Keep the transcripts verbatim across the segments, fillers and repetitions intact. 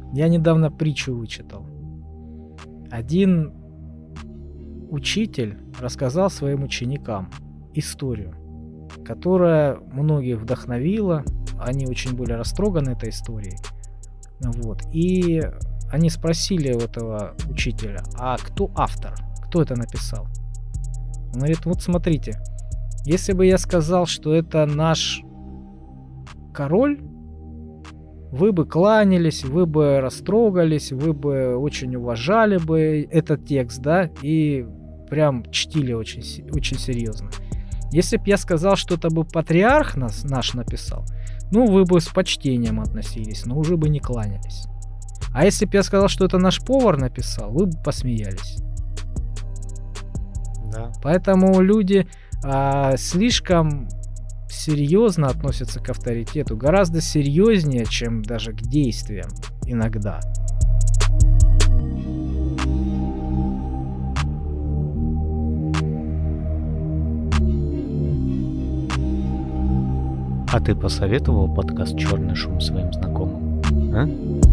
Я недавно притчу вычитал. Один учитель рассказал своим ученикам историю, которая многих вдохновила. Они очень были растроганы этой историей. Вот. И они спросили у этого учителя, а кто автор? Кто это написал? Он говорит, вот смотрите, если бы я сказал, что это наш король, вы бы кланялись, вы бы растрогались, вы бы очень уважали бы этот текст, да, и прям чтили очень, очень серьезно. Если бы я сказал, что это бы патриарх нас, наш написал, ну, вы бы с почтением относились, но уже бы не кланялись. А если бы я сказал, что это наш повар написал, вы бы посмеялись. Да. Поэтому люди а, слишком серьезно относятся к авторитету, гораздо серьезнее, чем даже к действиям иногда. А ты посоветовал подкаст «Черный шум» своим знакомым? А?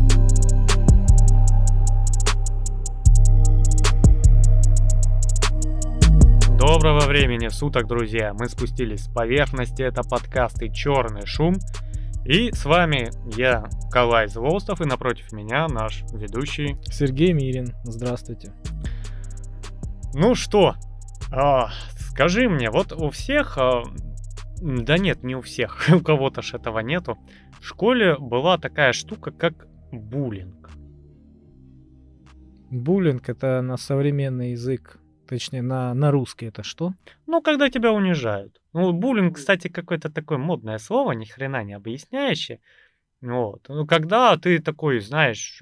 Доброго времени суток, друзья! Мы спустились с поверхности, это подкасты «Черный шум». И с вами я, Калай Злостов, и напротив меня наш ведущий Сергей Мирин. Здравствуйте. Ну что, а, скажи мне, вот у всех... А, да нет, не у всех, у кого-то ж этого нету. В школе была такая штука, как буллинг. Буллинг — это на современный язык, точнее, на, на русский это что? Ну, когда тебя унижают. Ну, буллинг, кстати, какое-то такое модное слово, ни хрена не объясняющее. Вот. Ну, когда ты такой, знаешь,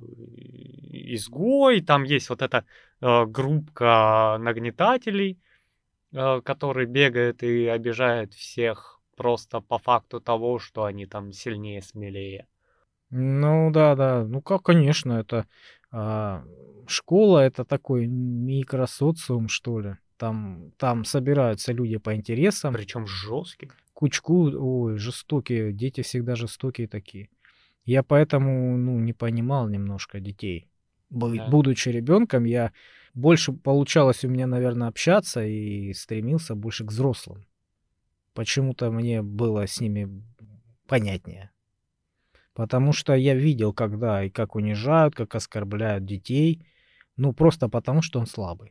изгой, там есть вот эта э, группка нагнетателей, который бегает и обижает всех просто по факту того, что они там сильнее, смелее. Ну да, да. Ну как, конечно, это а, школа — это такой микросоциум, что ли. Там, там собираются люди по интересам. Причем жесткий. Кучку, ой, жестокие. Дети всегда жестокие такие. Я поэтому, ну, не понимал немножко детей. Бу- Да. Будучи ребенком, я больше получалось у меня, наверное, общаться и стремился больше к взрослым. Почему-то мне было с ними понятнее. Потому что я видел, когда и как унижают, как оскорбляют детей. Ну, просто потому, что он слабый.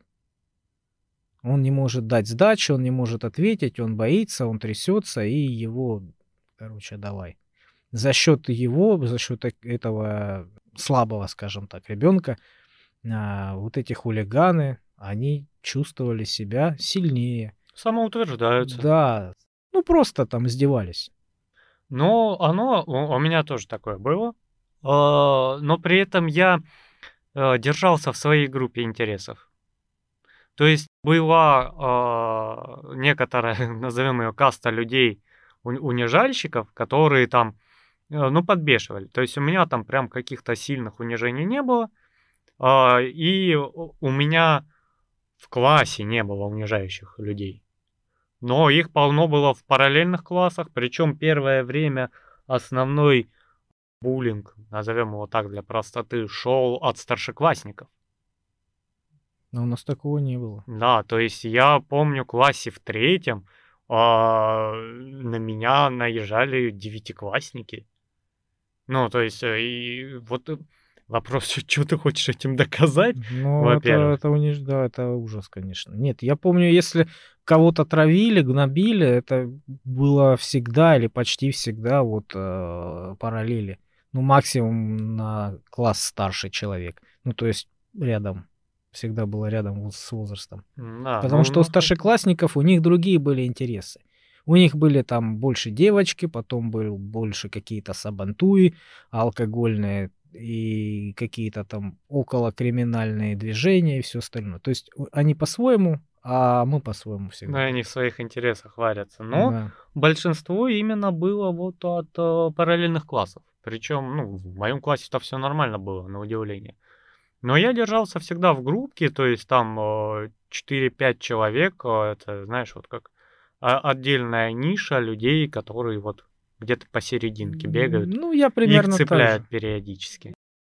Он не может дать сдачи, он не может ответить, он боится, он трясется, и его, короче, давай. За счет его, за счет этого слабого, скажем так, ребенка, а, вот эти хулиганы, они чувствовали себя сильнее. Самоутверждаются. Да, ну просто там издевались. Но оно, у, у меня тоже такое было. А, но при этом я а, держался в своей группе интересов. То есть была а, некоторая, назовем ее, каста людей, у- унижальщиков, которые там, э, ну, подбешивали. То есть у меня там прям каких-то сильных унижений не было. А, и у у меня в классе не было унижающих людей. Но их полно было в параллельных классах. Причем первое время основной буллинг, назовем его так для простоты, шел от старшеклассников. Но у нас такого не было. Да, то есть я помню, в классе в третьем а, на меня наезжали девятиклассники. Ну, то есть, э, и вот э, вопрос, что ты хочешь этим доказать, Ну, это, во-первых. это униж... да, это ужас, конечно. Нет, я помню, если кого-то травили, гнобили, это было всегда или почти всегда вот э, параллели. Ну, максимум на класс старше человек. Ну, то есть рядом. Всегда было рядом воз- с возрастом. М, Да, Потому ну, что у ну, х- старшеклассников, у них другие были интересы. У них были там больше девочки, потом был больше какие-то сабантуи алкогольные и какие-то там околокриминальные движения и все остальное. То есть у- они по-своему, а мы по-своему ну, всегда они были. в своих интересах варятся. Но Да. большинство именно было вот от э, параллельных классов. Причем, ну, в моем классе-то все нормально было, на удивление. Но я держался всегда в группке, то есть там э, четыре-пять человек, э, это, знаешь, вот как а- отдельная ниша людей, которые вот где-то посерединке М, бегают. Ну, я Их примерно так же. цепляют периодически.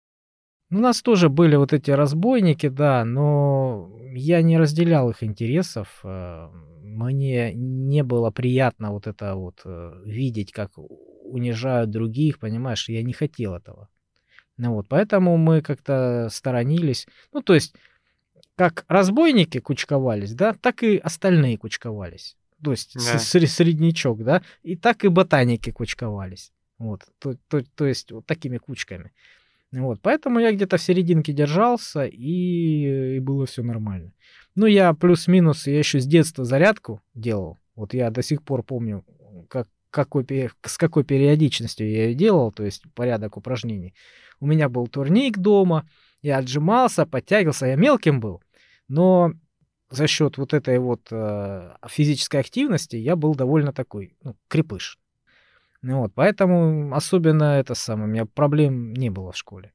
У нас тоже были вот эти разбойники, да, но я не разделял их интересов. э, Мне не было приятно вот это вот э, видеть, как унижают других, понимаешь, я не хотел этого. Ну вот, поэтому мы как-то сторонились. Ну, то есть, как разбойники кучковались, да, так и остальные кучковались. То есть с- Да. сре- среднячок, да, и так и ботаники кучковались. Вот, то, то, то есть вот такими кучками. Вот, поэтому я где-то в серединке держался, и, и было все нормально. Ну, я плюс-минус, я еще с детства зарядку делал. Вот я до сих пор помню, как, какой, пе- с какой периодичностью я ее делал, то есть порядок упражнений. У меня был турник дома, я отжимался, подтягивался, я мелким был, но за счет вот этой вот э, физической активности я был довольно такой, ну, крепыш. Ну вот, поэтому особенно это самое, у меня проблем не было в школе.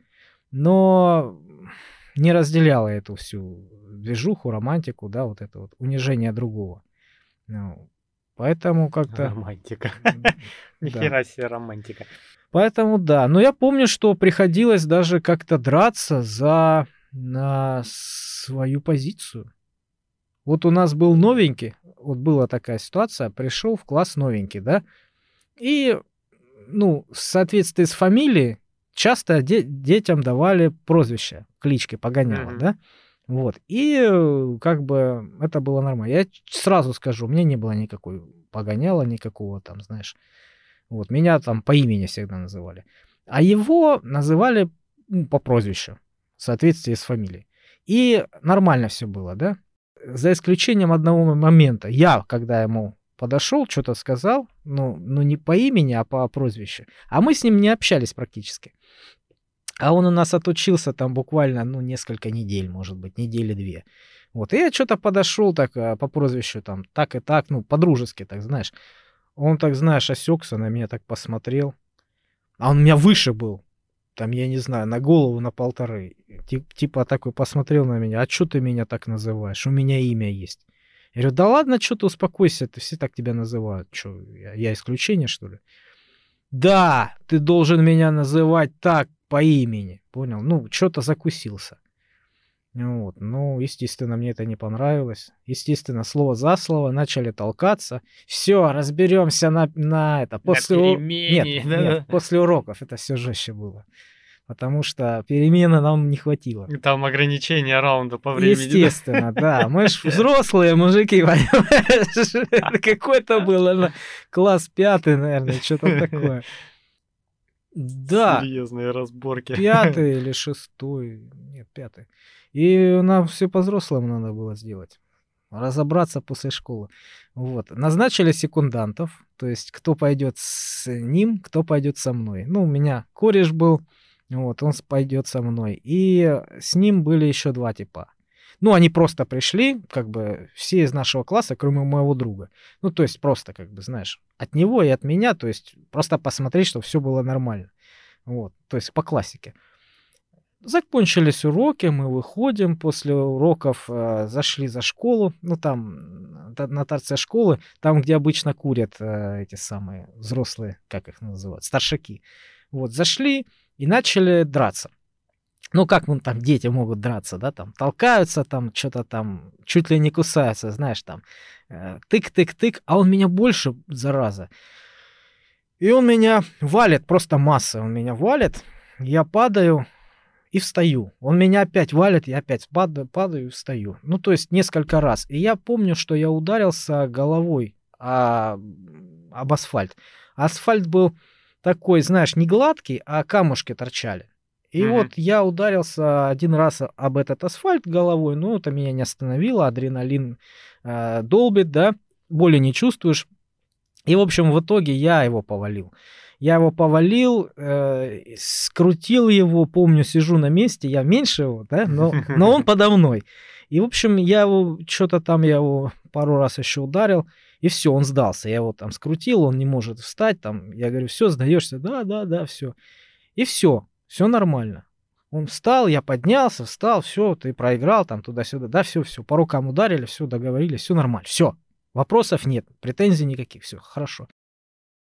Но не разделяла эту всю движуху, романтику, да, вот это вот унижение другого. Ну, поэтому как-то, Романтика. м, да. Нихера себе романтика. Поэтому да. Но я помню, что приходилось даже как-то драться за на свою позицию. Вот у нас был новенький, вот была такая ситуация, пришел в класс новенький, да, и, ну, в соответствии с фамилией часто де- детям давали прозвище, клички, погоняло, Мгм. да, вот, и э, как бы это было нормально. Я ч- сразу скажу, у меня не было никакой погоняла, никакого там, знаешь, вот, меня там по имени всегда называли, а его называли ну, по прозвищу, в соответствии с фамилией. И нормально все было, да, за исключением одного момента. Я, когда ему подошел, что то сказал, ну ну, не по имени, а по прозвищу, а мы с ним не общались практически. А он у нас отучился там буквально, ну, несколько недель, может быть, недели две. Вот, и я что то подошел так, а, по прозвищу там так и так, ну, по-дружески так, знаешь. Он так, знаешь, осекся, на меня так посмотрел, а он у меня выше был. Там, я не знаю, на голову на полторы. Ти типа такой посмотрел на меня: "А чё ты меня так называешь? У меня имя есть". Я говорю: "Да ладно, чё ты, успокойся, это все так тебя называют. Чё, я я исключение, что ли?" "Да, ты должен меня называть так, по имени". Понял? Ну, чё-то закусился. Вот. Ну, естественно, мне это не понравилось. Естественно, слово за слово начали толкаться. Всё, разберёмся на на это На после у нет, перемене, нет, да-да. после уроков. Это всё жестче было. Потому что перемены нам не хватило. И там ограничение раунда по времени, да? Естественно, да. Мы ж взрослые мужики, понимаешь? Это какой-то был, наверно, класс пятый, наверное, чё-то такое. Да, Серьезные разборки. пятый или шестой, нет, пятый. И нам все по-взрослому надо было сделать. Разобраться после школы. Вот. Назначили секундантов, то есть кто пойдет с ним, кто пойдет со мной. Ну, у меня кореш был, вот, он с пойдет со мной. И с ним были еще два типа. Ну, они просто пришли, как бы все из нашего класса, кроме моего друга. Ну, то есть просто, как бы, знаешь, от него и от меня, то есть просто посмотреть, чтобы все было нормально. Вот, то есть по классике. Закончились уроки, мы выходим после уроков, э, зашли за школу, ну там м, та- на торце школы, там, где обычно курят э, эти самые взрослые, как их называют, старшаки. Вот, зашли и начали драться. Ну, как вон там дети могут драться, да, там толкаются, там что-то там, чуть ли не кусаются, знаешь, там э, тык-тык-тык, а он меня больше, зараза. И он меня валит, просто масса, он меня валит, я падаю, и встаю. Он меня опять валит, я опять падаю, падаю и встаю. Ну, то есть несколько раз. И я помню, что я ударился головой о, об асфальт. Асфальт был такой, знаешь, не гладкий, а камушки торчали. И Мгм. вот я ударился один раз об этот асфальт головой, ну, это меня не остановило, адреналин э, долбит, да, боли не чувствуешь. И, в общем, в итоге я его повалил. Я его повалил, э, и скрутил его, помню, сижу на месте, я меньше его, да, но, но он подо мной. И, в общем, я его, что-то там я его пару раз еще ударил, и все, он сдался. Я его там скрутил, он не может встать, там, я говорю, все, сдаешься, да, да, да, все. И все, все нормально. Он встал, я поднялся, встал, все, ты проиграл, там, туда-сюда, да, все, все, по рукам ударили, все, договорились, все нормально, все. Вопросов нет, претензий никаких, все хорошо.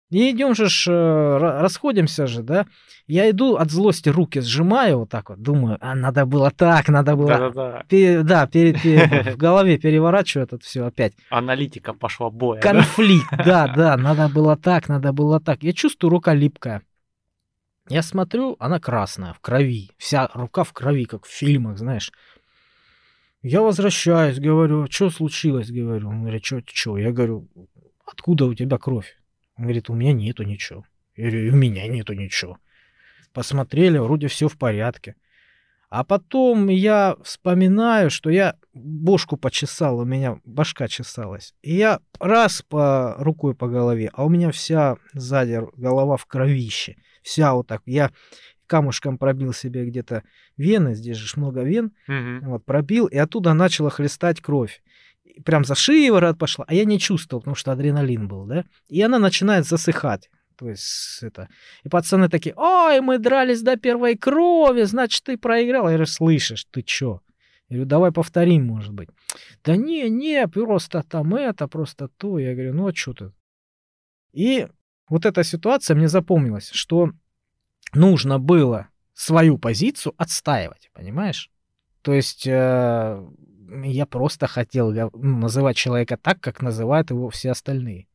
И идем же ж, э, ра расходимся же, да. Я иду, от злости руки сжимаю вот так вот, думаю: "А надо было так, надо было". Да-да-да. Пе да, пере пе в голове переворачиваю это всё опять. Аналитика пошла боя, да? Конфликт, да-да, надо было так, надо было так. Я чувствую, рука липкая. Я смотрю, она красная, в крови, вся рука в крови, как в фильмах, знаешь. Я возвращаюсь, говорю: "Чё случилось?" Говорю. Он говорит: "Чё чё?" Я говорю: "Откуда у тебя кровь?" Он говорит: "У меня нету ничего". Я говорю: "И у меня нету ничего". Посмотрели, вроде всё в порядке. А потом я вспоминаю, что я бошку почесал, у меня башка чесалась. И я раз по рукой по голове, а у меня вся сзади р голова в кровище. Вся вот так. Я камушком пробил себе где-то вены, здесь же ж много вен. Мгм. Вот пробил, и оттуда начала хлестать кровь. И прям за шиворот пошла, а я не чувствовал, потому что адреналин был, да. И она начинает засыхать. То есть с это. И пацаны такие: "Ой, мы дрались до первой крови, значит, ты проиграл". Я говорю: "Слышишь, ты чё?" Я говорю: "Давай повторим, может быть". "Да не, не, просто там это, просто то". Я говорю: "Ну, а чё ты?" И вот эта ситуация мне запомнилась, что нужно было свою позицию отстаивать, понимаешь? То есть, э, я просто хотел га ну, называть человека так, как называют его все остальные.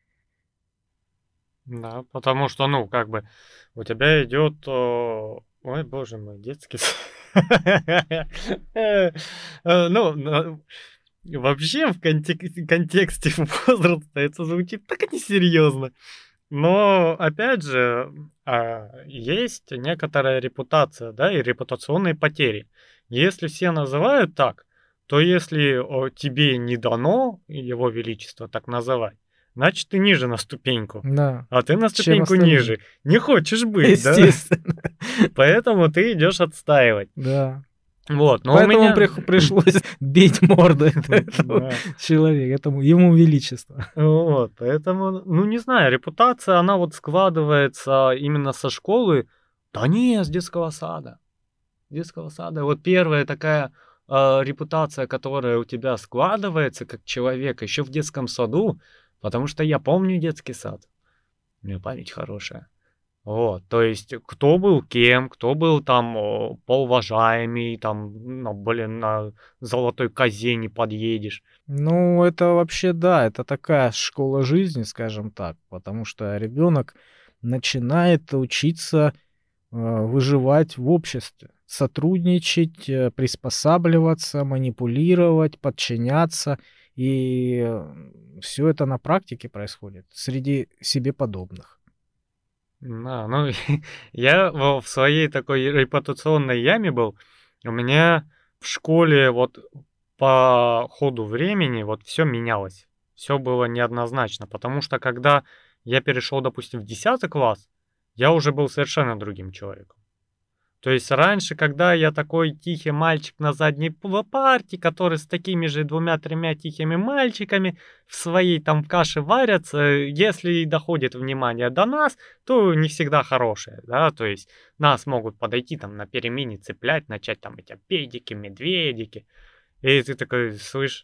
Да, потому что, ну, как бы у тебя идет, о, ой, боже мой, детский с Э, э, ну, на вообще в контек контексте возраста это звучит так несерьезно. Но опять же, а, есть некоторая репутация, да, и репутационные потери. Если все называют так, то если, о, тебе не дано его величество так называть, значит, ты ниже на ступеньку, Да, а ты на чем ступеньку остальные. ниже. Не хочешь быть, да? Естественно. Поэтому ты идешь отстаивать. Да. Вот, но у Поэтому меня прих пришлось бить морду эт этому Да. человеку, этому ему величеству. Вот, поэтому, ну, не знаю, репутация, она вот складывается именно со школы. Да не, с детского сада. С детского сада. Вот первая такая, а, репутация, которая у тебя складывается как человека ещё в детском саду, потому что я помню детский сад. У меня память хорошая. Вот, то есть кто был кем, кто был там, о, поуважаемый, там, ну, блин, на золотой козе не подъедешь. Ну, это вообще да, это такая школа жизни, скажем так, потому что ребенок начинает учиться, а, выживать в обществе, сотрудничать, э, приспосабливаться, манипулировать, подчиняться. И всё это на практике происходит среди себе подобных. Да, ну, я во в своей такой репутационной яме был. У меня в школе вот по ходу времени вот всё менялось. Всё было неоднозначно, потому что когда я перешёл, допустим, в десятый класс, я уже был совершенно другим человеком. То есть раньше, когда я такой тихий мальчик на задней п парте, который с такими же двумя тремя тихими мальчиками в своей там каше варятся, если и доходит внимание до нас, то не всегда хорошее, да. То есть нас могут подойти там на перемене, цеплять, начать там эти педики, медведики. И ты такой: "Слышь"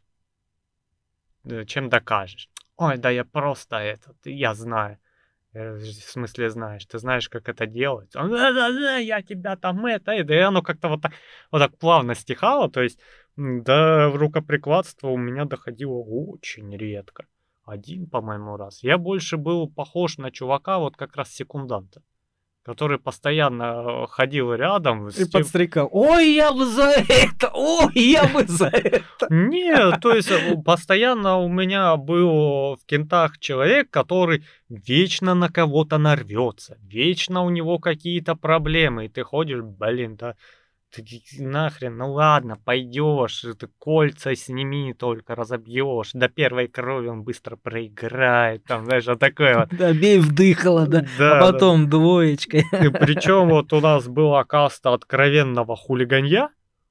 "э, чем докажешь?" "Ой, да я просто этот, я знаю". Э, в смысле знаешь? Ты знаешь, как это делать? Он: "Да-да-да, я тебя там это, это". И оно как-то вот так вот так плавно стихало. То есть, м, до рукоприкладства у меня доходило очень редко. один, по-моему, раз. Я больше был похож на чувака, вот как раз секунданта, который постоянно, э, ходил рядом И с тем подстрекал: "Ой, я бы за это! Ой, я бы за это!" Нет, то есть, э, постоянно у меня был в кентах человек, который вечно на кого-то нарвётся, вечно у него какие-то проблемы. И ты ходишь: "Блин, да ты иди нахрен, ну ладно, пойдёшь, ты кольца сними только, разобьёшь, до первой крови он быстро проиграет". Там, знаешь, вот такое вот. Да, бей в дыхало, да, а Да-да-да. потом двоечкой. И причём вот у нас была каста откровенного хулиганья.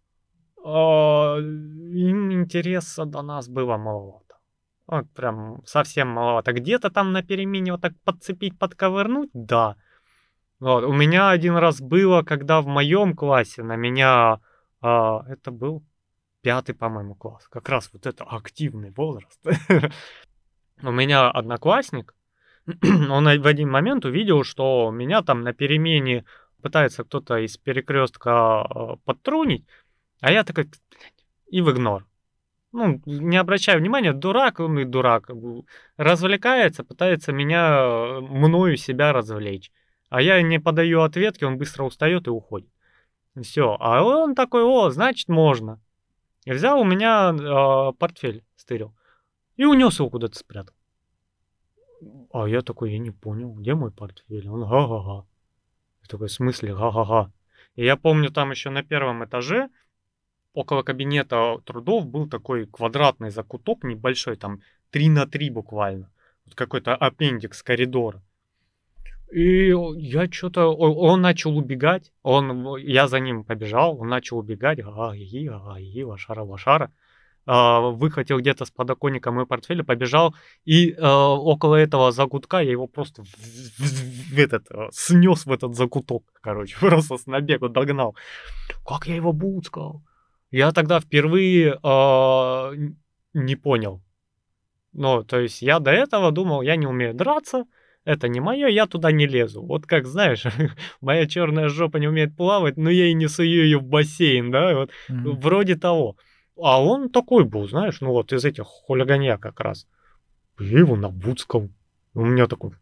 А, им интереса до нас было маловато. Вот прям совсем маловато. Где-то там на перемене вот так подцепить, подковырнуть- да. Вот. У меня один раз было, когда в моем классе на меня, а, это был пятый, по-моему, класс, как раз вот это активный возраст. У меня одноклассник он в один момент увидел, что меня там на перемене пытается кто-то из перекрестка э, подтрунить, а я такой, блядь, и в игнор. Ну, не обращаю внимания, дурак, он и дурак. Развлекается, пытается меня, мною себя развлечь. А я не подаю ответки, он быстро устает и уходит. Все. А он такой, о, значит, можно. И взял у меня э, портфель, стырил. И унес его куда-то спрятал. А я такой, я не понял, где мой портфель? Он, га-га-га. Я такой, в смысле, га-га-га? И я помню, там еще на первом этаже около кабинета трудов был такой квадратный закуток небольшой, там три на три буквально. Вот какой-то аппендикс коридора. И я что-то... Он начал убегать. Он, я за ним побежал, он начал убегать. Га-га-ги, га-га-ги, лошара-лошара. Выхватил где-то с подоконника мой портфель, побежал. И э, около этого закутка я его просто в, в, в этот, снес в этот закуток. Короче, просто с набегу догнал. Как я его буцкал? Я тогда впервые э, не понял. Ну, то есть я до этого думал, я не умею драться, это не мое, я туда не лезу. Вот как, знаешь, моя черная жопа не умеет плавать, но я и не сую ее в бассейн, да, вот mm-hmm. вроде того. А он такой был, знаешь, ну вот из этих хулиганья как раз. Я его набуцкал. У меня такой...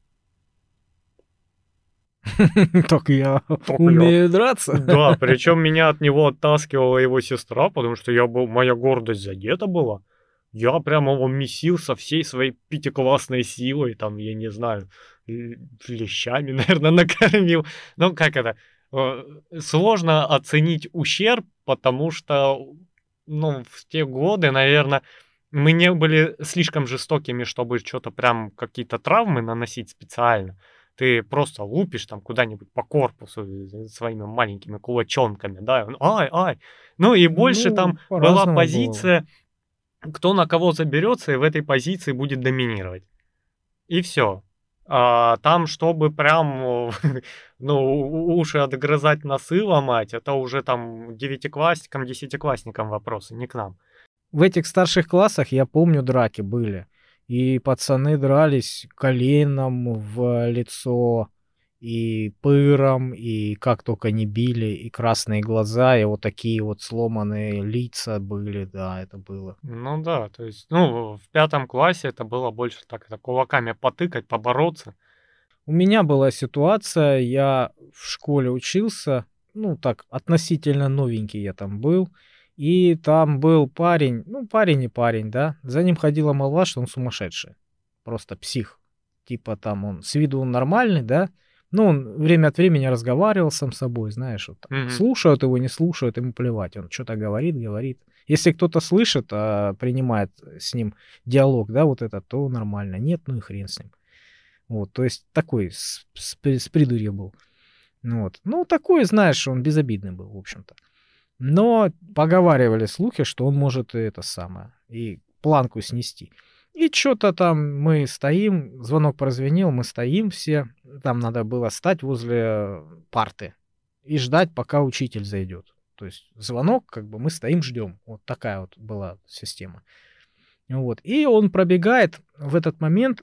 Только я умею драться. Да, причем меня от него оттаскивала его сестра, потому что я был, моя гордость задета была. Я прямо его месил со всей своей пятиклассной силой, там, я не знаю, лещами, наверное, накормил. Ну, как это, сложно оценить ущерб, потому что, ну, в те годы, наверное, мы не были слишком жестокими, чтобы что-то прям, какие-то травмы наносить специально. Ты просто лупишь там куда-нибудь по корпусу своими маленькими кулачонками, да, ай, ай. Ну и больше ну, там была позиция, было. Кто на кого заберется и в этой позиции будет доминировать. И все. А там, чтобы прям, ну, уши отгрызать, носы ломать, это уже там девятиклассникам, десятиклассникам вопросы, не к нам. В этих старших классах, я помню, драки были. И пацаны дрались коленом в лицо, и пыром, и как только не били, и красные глаза, и вот такие вот сломанные лица были, да, это было. Ну да, то есть, ну, в пятом классе это было больше так, это кулаками потыкать, побороться. У меня была ситуация, я в школе учился, ну так, относительно новенький я там был, и там был парень, ну парень и парень, да, за ним ходила молва, что он сумасшедший, просто псих, типа там он, с виду он нормальный, да, ну он время от времени разговаривал сам с собой, знаешь, вот там, mm-hmm. слушают его, не слушают, ему плевать, он что-то говорит, говорит. Если кто-то слышит, а, принимает с ним диалог, да, вот это, то нормально, нет, ну и хрен с ним. Вот, то есть такой с, с, с придурью был. Вот. Ну, такой, знаешь, он безобидный был, в общем-то. Но поговаривали слухи, что он может это самое, и планку снести. И что-то там мы стоим, звонок прозвенел, мы стоим все, там надо было стать возле парты и ждать, пока учитель зайдет. То есть звонок, как бы мы стоим, ждем. Вот такая вот была система. Вот. И он пробегает в этот момент,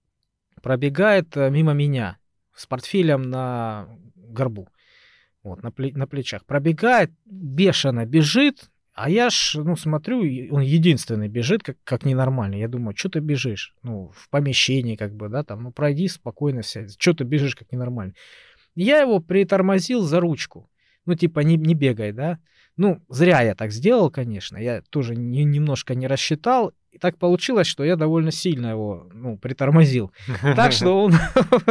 пробегает мимо меня с портфелем на горбу. Вот, на, пле- на плечах. Пробегает, бешено бежит, а я ж, ну, смотрю, он единственный бежит, как, как ненормальный. Я думаю, что ты бежишь? Ну, в помещении, как бы, да, там, ну, пройди спокойно сядь. Что ты бежишь, как ненормальный? Я его притормозил за ручку. Ну, типа, не, не бегай, да. Ну, зря я так сделал, конечно. Я тоже не, немножко не рассчитал. И так получилось, что я довольно сильно его, ну, притормозил. Так что он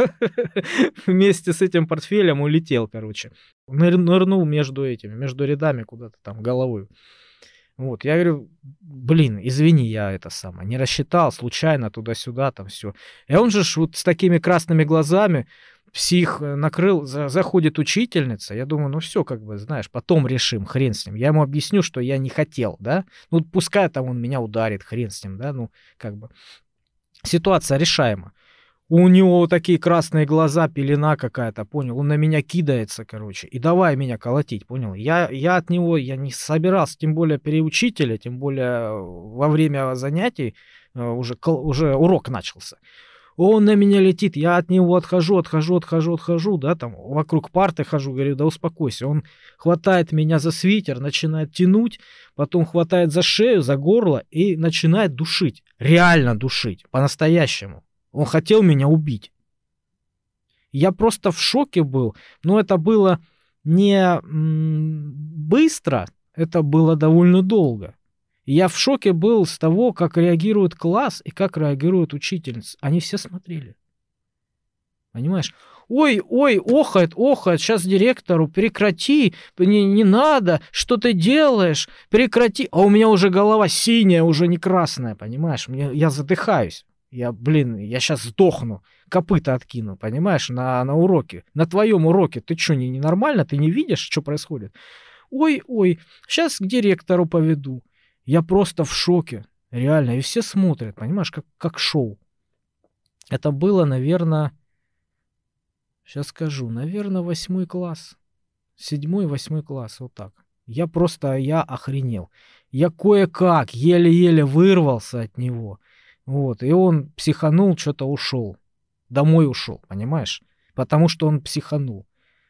вместе с этим портфелем улетел, короче. Ныр- нырнул между этими, между рядами куда-то там головой. Вот, я говорю, блин, извини, я это самое, не рассчитал, случайно туда-сюда, там все. И он же ж вот с такими красными глазами, псих накрыл, за, заходит учительница, я думаю, ну все, как бы, знаешь, потом решим, хрен с ним. Я ему объясню, что я не хотел, да, ну пускай там он меня ударит, хрен с ним, да, ну как бы. Ситуация решаема. У него вот такие красные глаза, пелена какая-то, понял, он на меня кидается, короче, и давай меня колотить, понял. Я, я от него, я не собирался, тем более переучителя, тем более во время занятий уже, уже урок начался. Он на меня летит, я от него отхожу, отхожу, отхожу, отхожу, да, там вокруг парты хожу, говорю, да успокойся. Он хватает меня за свитер, начинает тянуть, потом хватает за шею, за горло и начинает душить. Реально душить, по-настоящему. Он хотел меня убить. Я просто в шоке был, но это было не м, быстро, это было довольно долго. Я в шоке был с того, как реагирует класс и как реагирует учительница. Они все смотрели. Понимаешь? Ой, ой, охает, охает, сейчас директору, прекрати, не, не надо, что ты делаешь, прекрати. А у меня уже голова синяя, уже не красная, понимаешь? Мне, я задыхаюсь. Я, блин, я сейчас сдохну, копыта откину, понимаешь, на, на уроке. На твоем уроке. Ты что, не, ненормально? Ты не видишь, что происходит? Ой, ой, сейчас к директору поведу. Я просто в шоке, реально, и все смотрят, понимаешь, как, как шоу. Это было, наверное, сейчас скажу, наверное, восьмой класс, седьмой, восьмой класс, вот так. Я просто, я охренел. Я кое-как, еле-еле вырвался от него, вот, и он психанул, что-то ушел, домой ушел, понимаешь, потому что он психанул.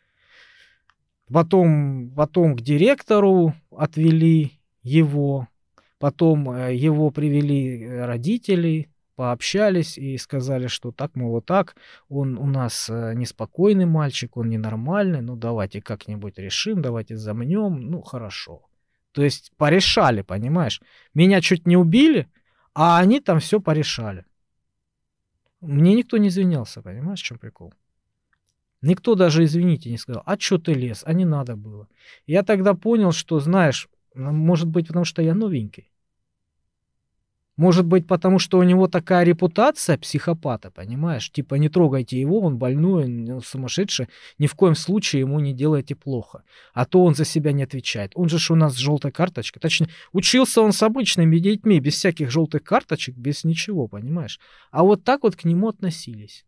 Потом, потом к директору отвели его. Потом его привели родители, пообщались и сказали, что так, мол, вот так, он у нас неспокойный мальчик, он ненормальный, ну давайте как-нибудь решим, давайте замнем, ну хорошо. То есть порешали, понимаешь? Меня чуть не убили, а они там все порешали. Мне никто не извинялся, понимаешь, в чем прикол? Никто даже извините не сказал, а что ты лез, а не надо было. Я тогда понял, что, знаешь, может быть, потому что я новенький. Может быть, потому что у него такая репутация психопата, понимаешь? Типа, не трогайте его, он больной, он сумасшедший, ни в коем случае ему не делайте плохо. А то он за себя не отвечает. Он же ж у нас с желтой карточкой. Точнее, учился он с обычными детьми, без всяких желтых карточек, без ничего, понимаешь? А вот так вот к нему относились.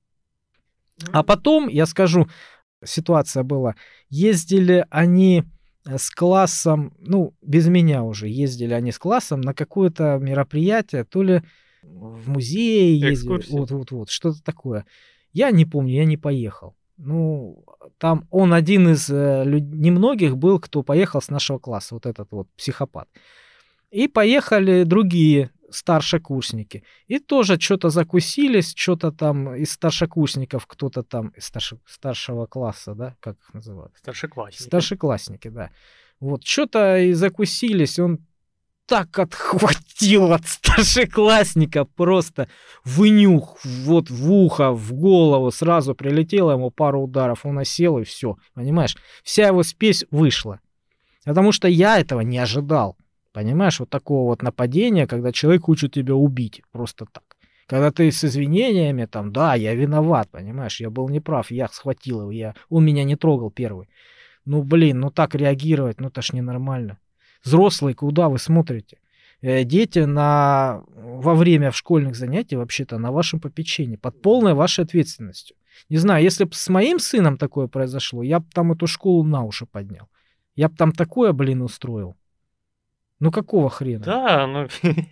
А потом, я скажу, ситуация была, ездили они с классом, ну, без меня уже, ездили они с классом на какое-то мероприятие, то ли в музей ездили, вот-вот-вот, что-то такое. Я не помню, я не поехал. Ну, там он один из э, люд... немногих был, кто поехал с нашего класса, вот этот вот психопат. И поехали другие старшекурсники. И тоже что-то закусились, что-то там из старшекурсников, кто-то там из старше... старшего класса, да, как их называют? Старшеклассники. Старшеклассники, да. Вот, что-то и закусились, он так отхватил от старшеклассника, просто вынюх, вот в ухо, в голову, сразу прилетело ему пару ударов, он осел и все, понимаешь? Вся его спесь вышла, потому что я этого не ожидал. Понимаешь, вот такого вот нападения, когда человек хочет тебя убить просто так. Когда ты с извинениями, там, да, я виноват, понимаешь, я был неправ, я схватил его, я... он меня не трогал первый. Ну, блин, ну так реагировать, ну это ж ненормально. Взрослые, куда вы смотрите? Э, дети на... во время школьных занятий вообще-то на вашем попечении, под полной вашей ответственностью. Не знаю, если бы с моим сыном такое произошло, я бы там эту школу на уши поднял. Я бы там такое, блин, устроил. Ну какого хрена? Да, ну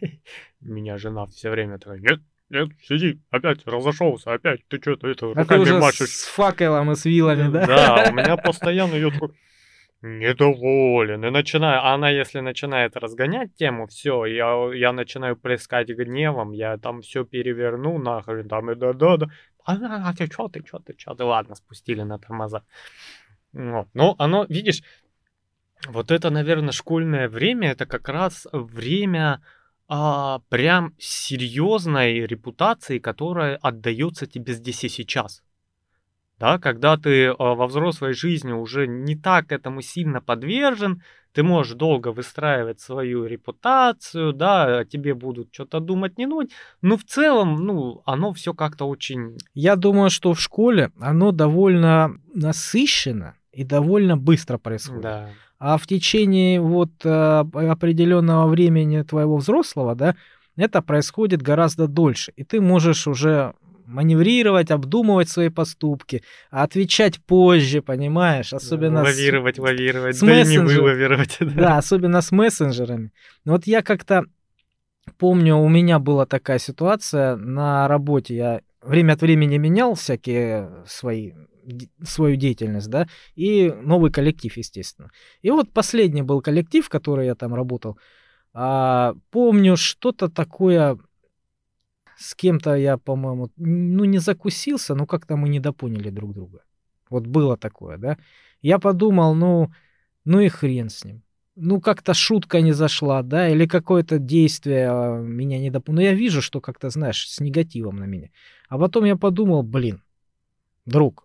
меня жена все время такая, нет, нет, сиди, опять разошелся, опять, ты что-то это А ты руками уже машешь. с факелом и с вилами, да? Да, у меня постоянно ее такой недоволен. И начинаю, она если начинает разгонять тему, все, я, я начинаю плескать гневом, я там все переверну нахрен, там и да-да-да. А, а ты что, ты что, ты что, ты ладно, спустили на тормоза. Вот. Но оно, видишь, вот это, наверное, школьное время, это как раз время а, прям серьезной репутации, которая отдается тебе здесь и сейчас. Да, когда ты а, во взрослой жизни уже не так этому сильно подвержен, ты можешь долго выстраивать свою репутацию, да, тебе будут что-то думать, не думать, но в целом, ну, оно все как-то очень... Я думаю, что в школе оно довольно насыщенно и довольно быстро происходит. Да. А в течение вот а, определенного времени твоего взрослого, да, это происходит гораздо дольше. И ты можешь уже маневрировать, обдумывать свои поступки, отвечать позже, понимаешь? Особенно лавировать, с, лавировать, с да и не мессенджер... вылавировать. Да. да, особенно с мессенджерами. Вот я как-то помню, у меня была такая ситуация на работе. Я время от времени менял всякие свои, д- свою деятельность, да, и новый коллектив, естественно. И вот последний был коллектив, в который я там работал. А, помню, что-то такое с кем-то я, по-моему, ну, не закусился, но как-то мы недопоняли друг друга. Вот было такое, да. Я подумал, ну, ну и хрен с ним. Ну, как-то шутка не зашла, да, или какое-то действие а, меня не доп... Ну, я вижу, что как-то, знаешь, с негативом на меня. А потом я подумал, блин, друг,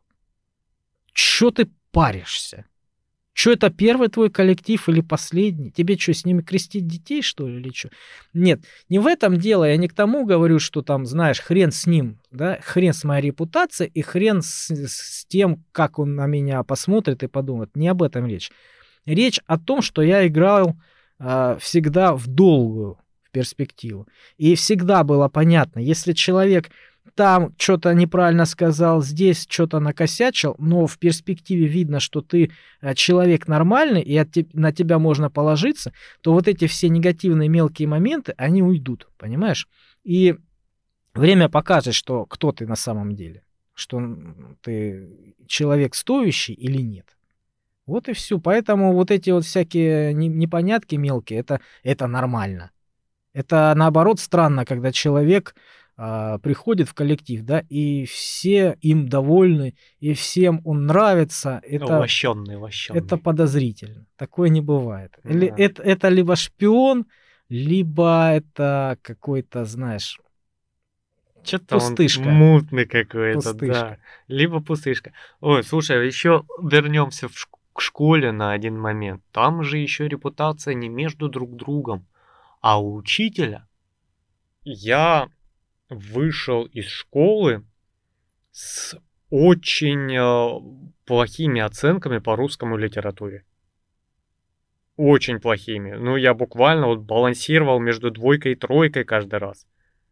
чё ты паришься? Чё это первый твой коллектив или последний? Тебе что, с ними крестить детей, что ли, или чё? Нет, не в этом дело. Я не к тому говорю, что там, знаешь, хрен с ним, да, хрен с моей репутацией и хрен с, с тем, как он на меня посмотрит и подумает. Не об этом речь. Речь о том, что я играл а, всегда в долгую, в перспективу. И всегда было понятно, если человек там что-то неправильно сказал, здесь что-то накосячил, но в перспективе видно, что ты а, человек нормальный, и от те- на тебя можно положиться, то вот эти все негативные мелкие моменты, они уйдут, понимаешь? И время покажет, что кто ты на самом деле, что м, ты человек стоящий или нет. Вот и все. Поэтому вот эти вот всякие не- непонятки мелкие, это, это нормально. Это наоборот странно, когда человек а, приходит в коллектив, да, и все им довольны, и всем он нравится. Это, Лощенный, это лощенный. подозрительно. Такое не бывает. Или Да. это, это либо шпион, либо это какой-то, знаешь, Что-то он пустышка. мутный какой-то, да. Пустышка. Либо пустышка. Ой, слушай, еще вернемся в шк- к школе на один момент. Там же еще репутация не между друг другом, а у учителя. Я вышел из школы с очень э, плохими оценками по русскому литературе. Очень плохими. Ну, я буквально вот балансировал между двойкой и тройкой каждый раз.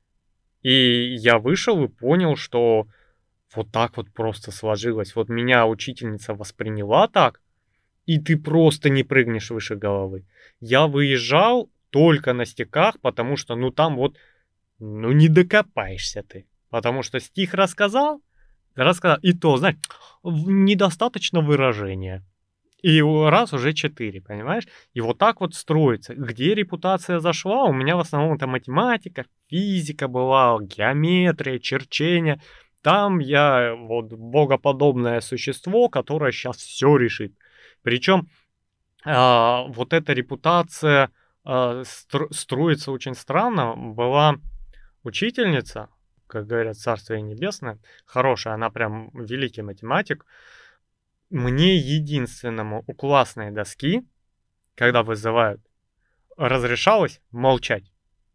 И я вышел и понял, что вот так вот просто сложилось. Вот меня учительница восприняла так, и ты просто не прыгнешь выше головы. Я выезжал только на стихах, потому что, ну, там вот, ну, не докопаешься ты. Потому что стих рассказал, рассказал, и то, знаешь, в- недостаточно выражения. И у- раз уже четыре, понимаешь? И вот так вот строится. Где репутация зашла, у меня в основном это математика, физика была, геометрия, черчение. Там я вот богоподобное существо, которое сейчас все решит. Причем а, вот эта репутация а, стро- строится очень странно. Была учительница, как говорят, царствие небесное, хорошая, она прям великий математик. Мне единственному у классной доски, когда вызывают, разрешалось молчать.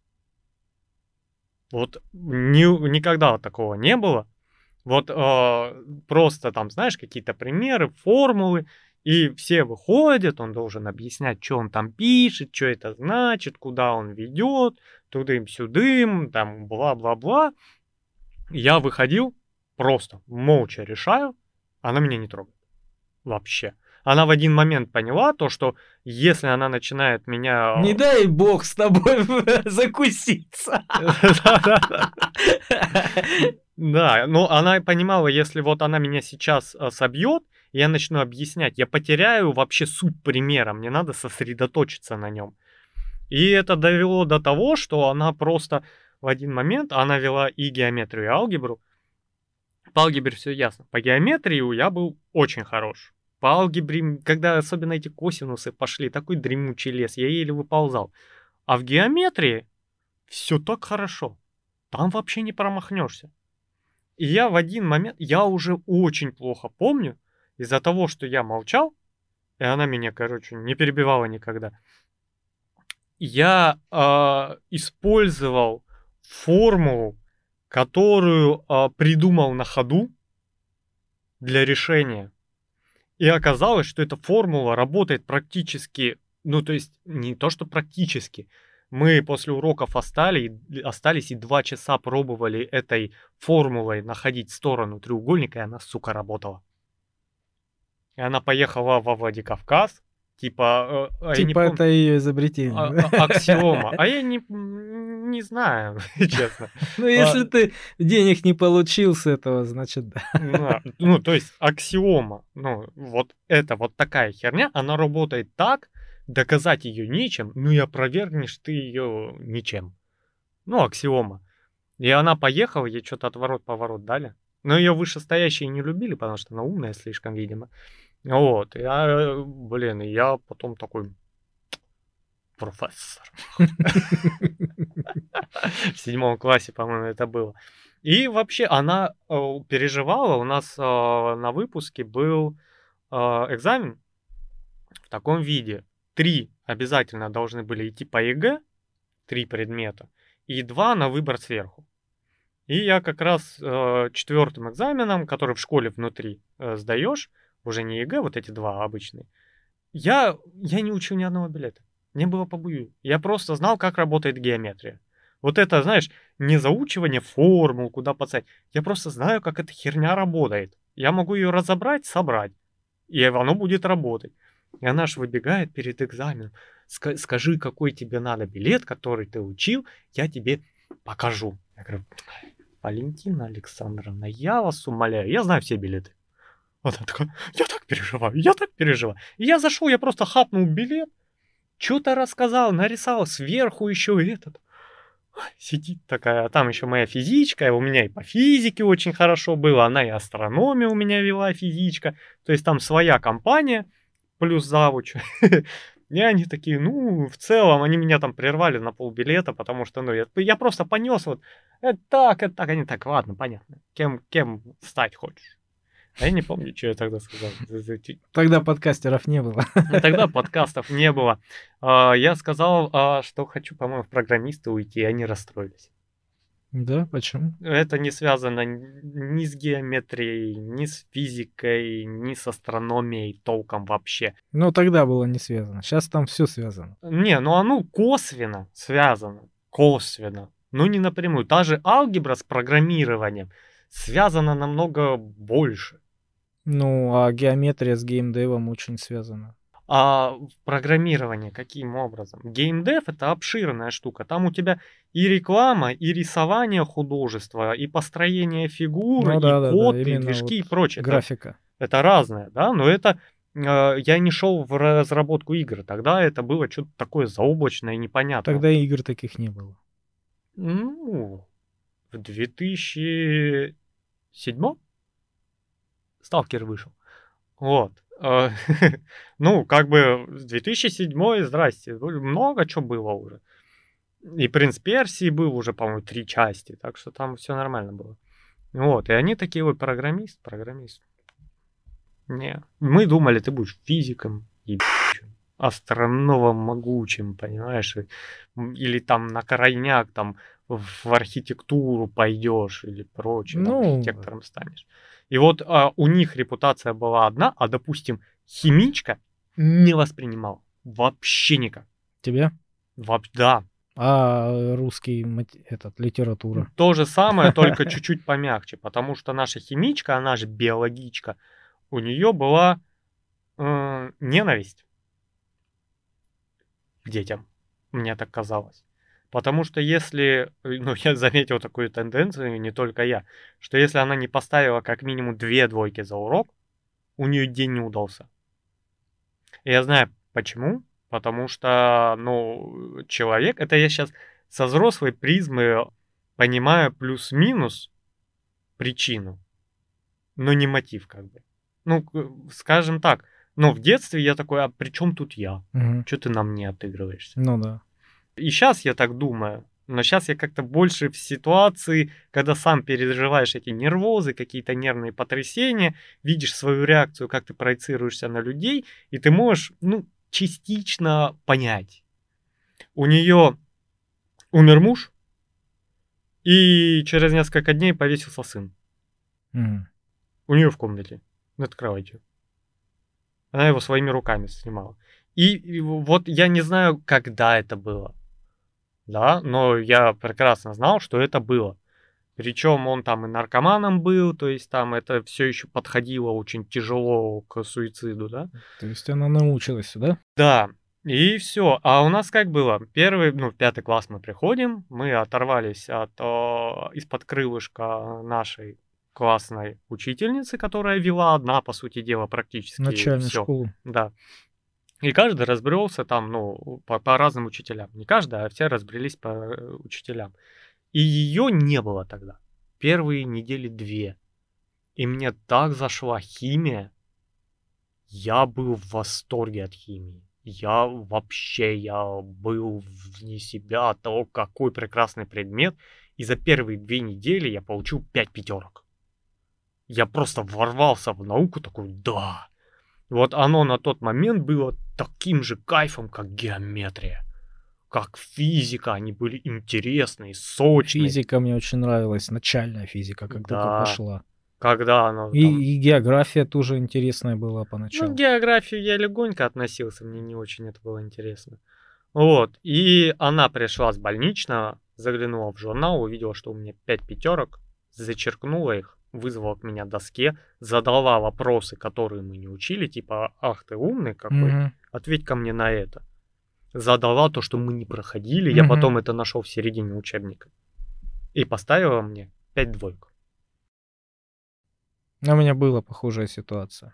Вот ни, никогда такого не было. Вот э, просто там, знаешь, какие-то примеры, формулы, и все выходят, он должен объяснять, что он там пишет, что это значит, куда он ведет, тудым-сюдым, там, бла-бла-бла. Я выходил, просто молча решаю, она меня не трогает. Вообще. Она в один момент поняла то, что если она начинает меня... Не дай бог с тобой закуситься. Да-да-да. Да, но она понимала, если вот она меня сейчас а, собьет, и я начну объяснять, я потеряю вообще суть примера, мне надо сосредоточиться на нем. И это довело до того, что она просто в один момент, она вела и геометрию, и алгебру. По алгебре все ясно. По геометрии я был очень хорош. По алгебре, когда особенно эти косинусы пошли, такой дремучий лес, я еле выползал. А в геометрии все так хорошо. Там вообще не промахнешься. И я в один момент, я уже очень плохо помню, из-за того, что я молчал, и она меня, короче, не перебивала никогда, я а, использовал формулу, которую а, придумал на ходу для решения. И оказалось, что эта формула работает практически, ну то есть не то, что практически. Мы после уроков остались, остались и два часа пробовали этой формулой находить сторону треугольника, и она, сука, работала. И она поехала во Владикавказ, типа, э, а я не Типа помню, это ее изобретение. а- а- аксиома. А я не, не знаю, честно. Ну, если ты денег не получил с этого, значит, да. Да, ну, то есть аксиома, ну, вот это вот такая херня, она работает так, доказать ее нечем, ну и опровергнешь ты ее ничем. Ну, аксиома. И она поехала, ей что-то отворот-поворот дали. Но ее вышестоящие не любили, потому что она умная слишком, видимо. Вот, я, блин, и я потом такой, профессор. В седьмом классе, по-моему, это было. И вообще она э, переживала, у нас э, на выпуске был э, экзамен в таком виде. Три обязательно должны были идти по ЕГЭ, три предмета, и два на выбор сверху. И я как раз э, четвертым экзаменом, который в школе внутри э, сдаешь, уже не ЕГЭ, вот эти два обычные, я, я не учил ни одного билета. Мне было побую. Я просто знал, как работает геометрия. Вот это, знаешь, не заучивание формул, куда подставить. Я просто знаю, как эта херня работает. Я могу ее разобрать, собрать. И оно будет работать. И она ж выбегает перед экзаменом. Ска- скажи, какой тебе надо билет, который ты учил, я тебе покажу. Я говорю, Валентина Александровна, я вас умоляю, я знаю все билеты. Она такая, я так переживаю, я так переживаю. И я зашел, я просто хапнул билет, что-то рассказал, нарисовал сверху еще этот. Сидит такая, а там еще моя физичка, у меня и по физике очень хорошо было, она и астрономию у меня вела, физичка. То есть там своя компания, плюс завуч. И они такие, ну, в целом, они меня там прервали на полбилета, потому что, ну, я, я просто понес вот, это так, это так, они так, ладно, понятно, кем, кем стать хочешь. А я не помню, что я тогда сказал. Тогда подкастеров не было. Тогда подкастов не было. Я сказал, что хочу, по-моему, в программисты уйти, и они расстроились. Да, почему? Это не связано ни с геометрией, ни с физикой, ни с астрономией толком вообще. Ну, тогда было не связано. Сейчас там все связано. Не, ну оно косвенно связано. Косвенно. Ну, не напрямую. Та же алгебра с программированием связана намного больше. Ну, а геометрия с геймдевом очень связана. А программирование каким образом? Геймдев — это обширная штука. Там у тебя и реклама, и рисование художества, и построение фигур, Ну, и да, да, код, да, и именно движки, вот и прочее. графика. Это, это разное, да, но это э, я не шел в разработку игр. Тогда это было что-то такое заоблачное и непонятное. Тогда игр таких не было. Ну, в две тысячи седьмом Сталкер вышел. Вот. Ну, как бы с две тысячи седьмой, здрасте, много чего было уже. И «Принц Персии» был уже, по-моему, три части, так что там все нормально было. Вот, и они такие, вот, программист, программист. Не, мы думали, ты будешь физиком, ебучим, астрономом могучим, понимаешь, или там на крайняк, там, в архитектуру пойдешь или прочее, там, Ну, архитектором станешь. И вот а, у них репутация была одна, а, допустим, химичка не воспринимал вообще никак. тебя? Вообще, да. А русский мат- этот литература. То же самое, только чуть-чуть помягче, потому что наша химичка, она же биологичка, у нее была э, ненависть к детям, мне так казалось. Потому что если, ну, я заметил такую тенденцию, не только я, что если она не поставила как минимум две двойки за урок, у нее день не удался. И я знаю почему. Потому что, ну, человек, это я сейчас со взрослой призмы понимаю плюс-минус причину, но не мотив как бы. Ну, скажем так, но в детстве я такой, а при чем тут я? Угу. Что ты на мне отыгрываешься? Ну да. И сейчас я так думаю, но сейчас я как-то больше в ситуации, когда сам переживаешь эти нервозы, какие-то нервные потрясения, видишь свою реакцию, как ты проецируешься на людей, и ты можешь, ну, частично понять. У нее умер муж, и через несколько дней повесился сын. Угу. У нее в комнате, над кроватью. Она его своими руками снимала. И, и вот я не знаю, когда это было. Да, но я прекрасно знал, что это было. Причем он там и наркоманом был, то есть там это все еще подходило очень тяжело к суициду, да. То есть она научилась, да? Да. И все. А у нас как было? Первый, ну, в пятый класс мы приходим, мы оторвались от о, из-под крылышка нашей классной учительницы, которая вела одна, по сути дела, практически Начальную все. школу. Да. И каждый разбрелся там, ну, по, по разным учителям. Не каждый, а все разбрелись по э, учителям. И ее не было тогда. Первые недели две. И мне так зашла химия. Я был в восторге от химии. Я вообще, я был вне себя от того, какой прекрасный предмет. И за первые две недели я получил пять пятерок. Я просто ворвался в науку, такой, да. Вот оно на тот момент было таким же кайфом, как геометрия, как физика. Они были интересные, сочные. Физика мне очень нравилась, начальная физика, как только Да. пошла. Когда оно И, там... и география тоже интересная была Ну, поначалу. к географии я легонько относился, мне не очень это было интересно. Вот, и она пришла с больничного, заглянула в журнал, увидела, что у меня пять пятерок, зачеркнула их, вызвала к меня доске, задала вопросы, которые мы не учили, типа, ах ты умный какой, Мгм. ответь ко мне на это. Задала то, что мы не проходили, я Мгм. потом это нашел в середине учебника. И поставила мне пять двоек. У меня была похожая ситуация.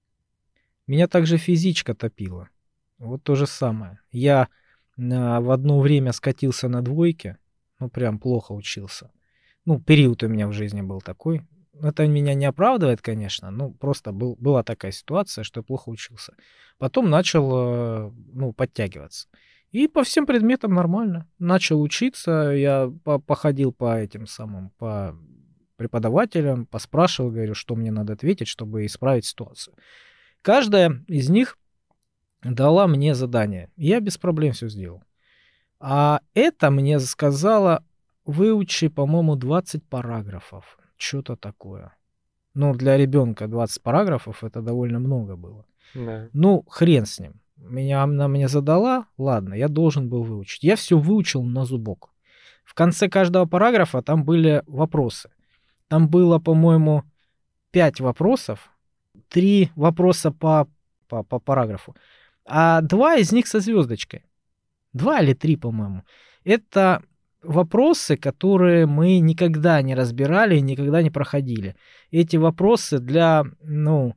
Меня также физичка топила. Вот то же самое. Я а, в одно время скатился на двойке, ну прям плохо учился. Ну, период у меня в жизни был такой. Это меня не оправдывает, конечно, но просто был, была такая ситуация, что я плохо учился. Потом начал, э, ну, подтягиваться. И по всем предметам нормально. Начал учиться, я по- походил по этим самым, по преподавателям, поспрашивал, говорю, что мне надо ответить, чтобы исправить ситуацию. Каждая из них дала мне задание. Я без проблем все сделал. А это мне сказала, выучи, по-моему, двадцать параграфов. Что-то такое. Ну, для ребенка двадцать параграфов это довольно много было. Да. Ну, хрен с ним. Меня, она мне задала, ладно, я должен был выучить. Я все выучил на зубок. В конце каждого параграфа там были вопросы. Там было, по-моему, пять вопросов, три вопроса по, по, по параграфу, а два из них со звездочкой. Два или три, по-моему. Это вопросы, которые мы никогда не разбирали и никогда не проходили. Эти вопросы для, ну,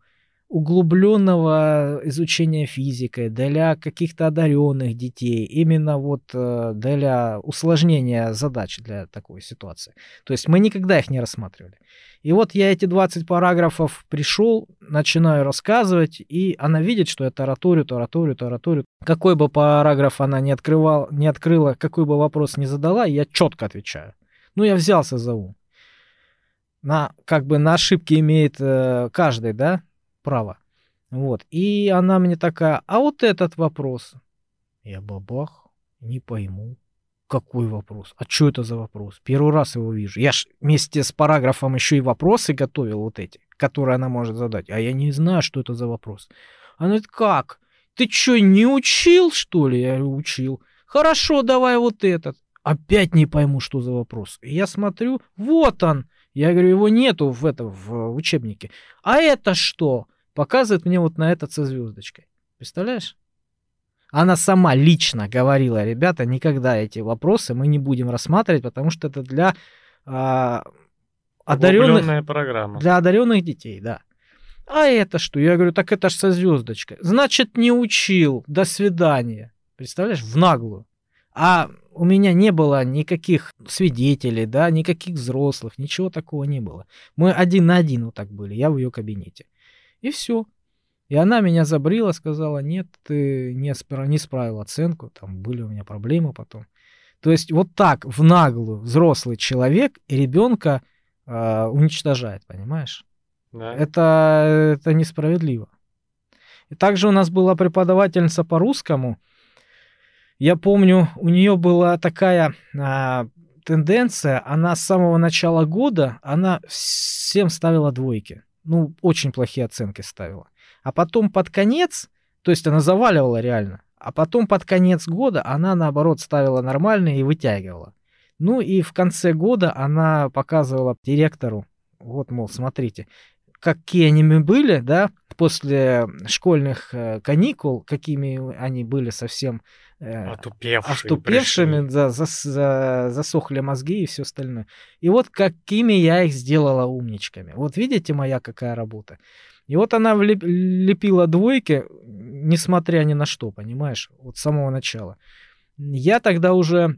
углубленного изучения физики, для каких-то одаренных детей, именно вот э, для усложнения задач для такой ситуации. То есть мы никогда их не рассматривали. И вот я эти двадцать параграфов пришел, начинаю рассказывать, и она видит, что я тараторю, тараторю, тараторю. Какой бы параграф она не, открывал, не открыла, какой бы вопрос не задала, я четко отвечаю. Ну, я взялся за ум. На, как бы на ошибки имеет э, каждый, да, право. Вот. И она мне такая, а вот этот вопрос. Я бабах, не пойму. Какой вопрос? А что это за вопрос? Первый раз его вижу. Я ж вместе с параграфом еще и вопросы готовил вот эти, которые она может задать. А я не знаю, что это за вопрос. Она говорит, как? Ты что, не учил, что ли? Я говорю, учил. Хорошо, давай вот этот. Опять не пойму, что за вопрос. И я смотрю, вот он. Я говорю, его нету в, это, в учебнике. А это что? Показывает мне вот на этот со звездочкой. Представляешь? Она сама лично говорила, ребята, никогда эти вопросы мы не будем рассматривать, потому что это для а, одаренных, Углубленная программа. для одаренных детей, да. А это что? Я говорю, так это ж со звездочкой. Значит, не учил. До свидания. Представляешь, в наглую. А у меня не было никаких свидетелей, да, никаких взрослых, ничего такого не было. Мы один на один вот так были, я в ее кабинете. И все. И она меня забрила, сказала, нет, ты не, спра- не справил оценку, там были у меня проблемы потом. То есть вот так в наглую взрослый человек ребенка э, уничтожает, понимаешь? Да. Это, это несправедливо. И также у нас была преподавательница по русскому. Я помню, у нее была такая а, тенденция, она с самого начала года, она всем ставила двойки. Ну, очень плохие оценки ставила. А потом под конец, то есть она заваливала реально, а потом под конец года она, наоборот, ставила нормальные и вытягивала. Ну и в конце года она показывала директору, вот, мол, смотрите, какие они мы были, да, после школьных э, каникул, какими они были совсем э, Отупевшие оступевшими, пришли. да, зас- за- засохли мозги и все остальное. И вот какими я их сделала умничками. Вот видите, моя какая работа. И вот она влеп- лепила двойки, несмотря ни на что, понимаешь, вот с самого начала. Я тогда уже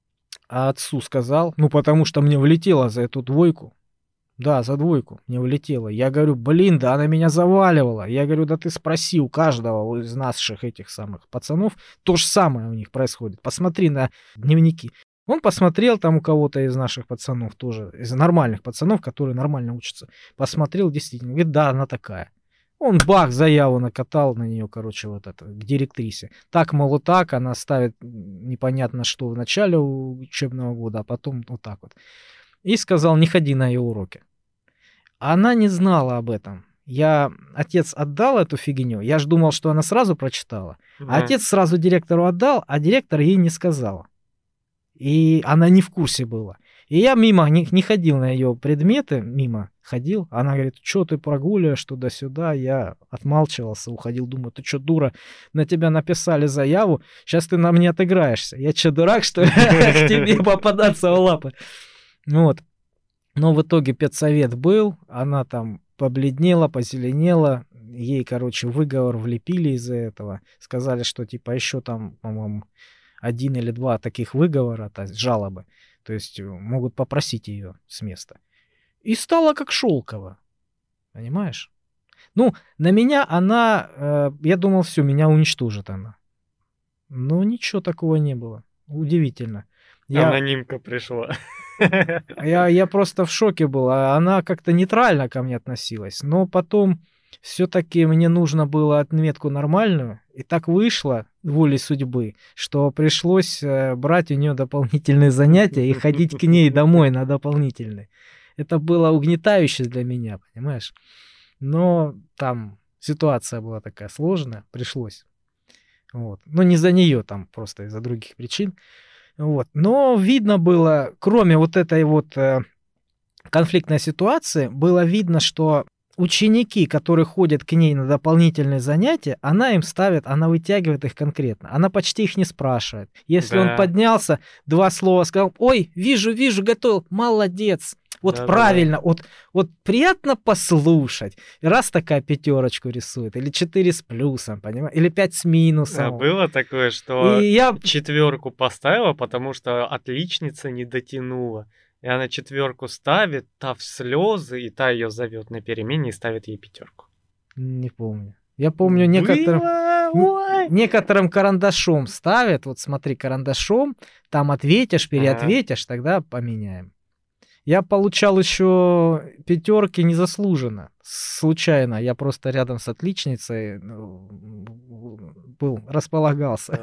отцу сказал, ну, потому что мне влетело за эту двойку. Да, за двойку мне влетело. Я говорю, блин, да она меня заваливала. Я говорю, да ты спроси у каждого из наших этих самых пацанов, то же самое у них происходит. Посмотри на дневники. Он посмотрел там у кого-то из наших пацанов тоже, из нормальных пацанов, которые нормально учатся. Посмотрел, действительно, говорит, да, она такая. Он бах, заяву накатал на нее, короче, вот это, к директрисе. Так, мол, вот так, она ставит непонятно что в начале учебного года, а потом вот так вот. И сказал, не ходи на ее уроки. Она не знала об этом. Я, отец отдал эту фигню, я ж думал, что она сразу прочитала. А Да. отец сразу директору отдал, а директор ей не сказал. И она не в курсе была. И я мимо не, не ходил на ее предметы, мимо ходил. Она говорит, что ты прогуливаешь туда-сюда? Я отмалчивался, уходил, думаю, ты что, дура, на тебя написали заяву, сейчас ты на мне отыграешься. Я что, дурак, что ли, к тебе попадаться в лапы? Вот. Но в итоге педсовет был, она там побледнела, позеленела, ей, короче, выговор влепили из-за этого. Сказали, что типа еще там, по-моему, один или два таких выговора, то есть жалобы. То есть э, могут попросить ее с места. И стала как шелково, понимаешь? Ну, на меня она, э, я думал, все, меня уничтожит она. Но ничего такого не было. Удивительно. Я, Анонимка пришла. я, я просто в шоке был. а Она как-то нейтрально ко мне относилась. Но потом все-таки мне нужно было отметку нормальную. И так вышло волей судьбы, что пришлось э, брать у нее дополнительные занятия и ходить к ней домой на дополнительные. Это было угнетающе для меня, понимаешь? Но там ситуация была такая сложная, пришлось. Вот. Ну, не за нее, там просто из-за других причин. Вот. Но видно было, кроме вот этой вот э, конфликтной ситуации, было видно, что ученики, которые ходят к ней на дополнительные занятия, она им ставит, она вытягивает их конкретно. Она почти их не спрашивает. Если он Да. поднялся, два слова сказал, ой, вижу, вижу, готов, молодец. Вот Да-да-да. правильно, вот, вот приятно послушать. И раз такая пятерочку рисует, или четыре с плюсом, понимаешь, или пять с А минусом. было такое, что И я четверку поставила, потому что отличница не дотянула. И она четверку ставит, та в слезы, и та ее зовет на перемене и ставит ей пятерку. не помню. Я помню некоторым... Было, Н- ой. Некоторым карандашом ставят, вот смотри, карандашом, там ответишь, Ага. переответишь, тогда поменяем. Я получал еще пятерки незаслуженно, случайно. Я просто рядом с отличницей ну, был, располагался.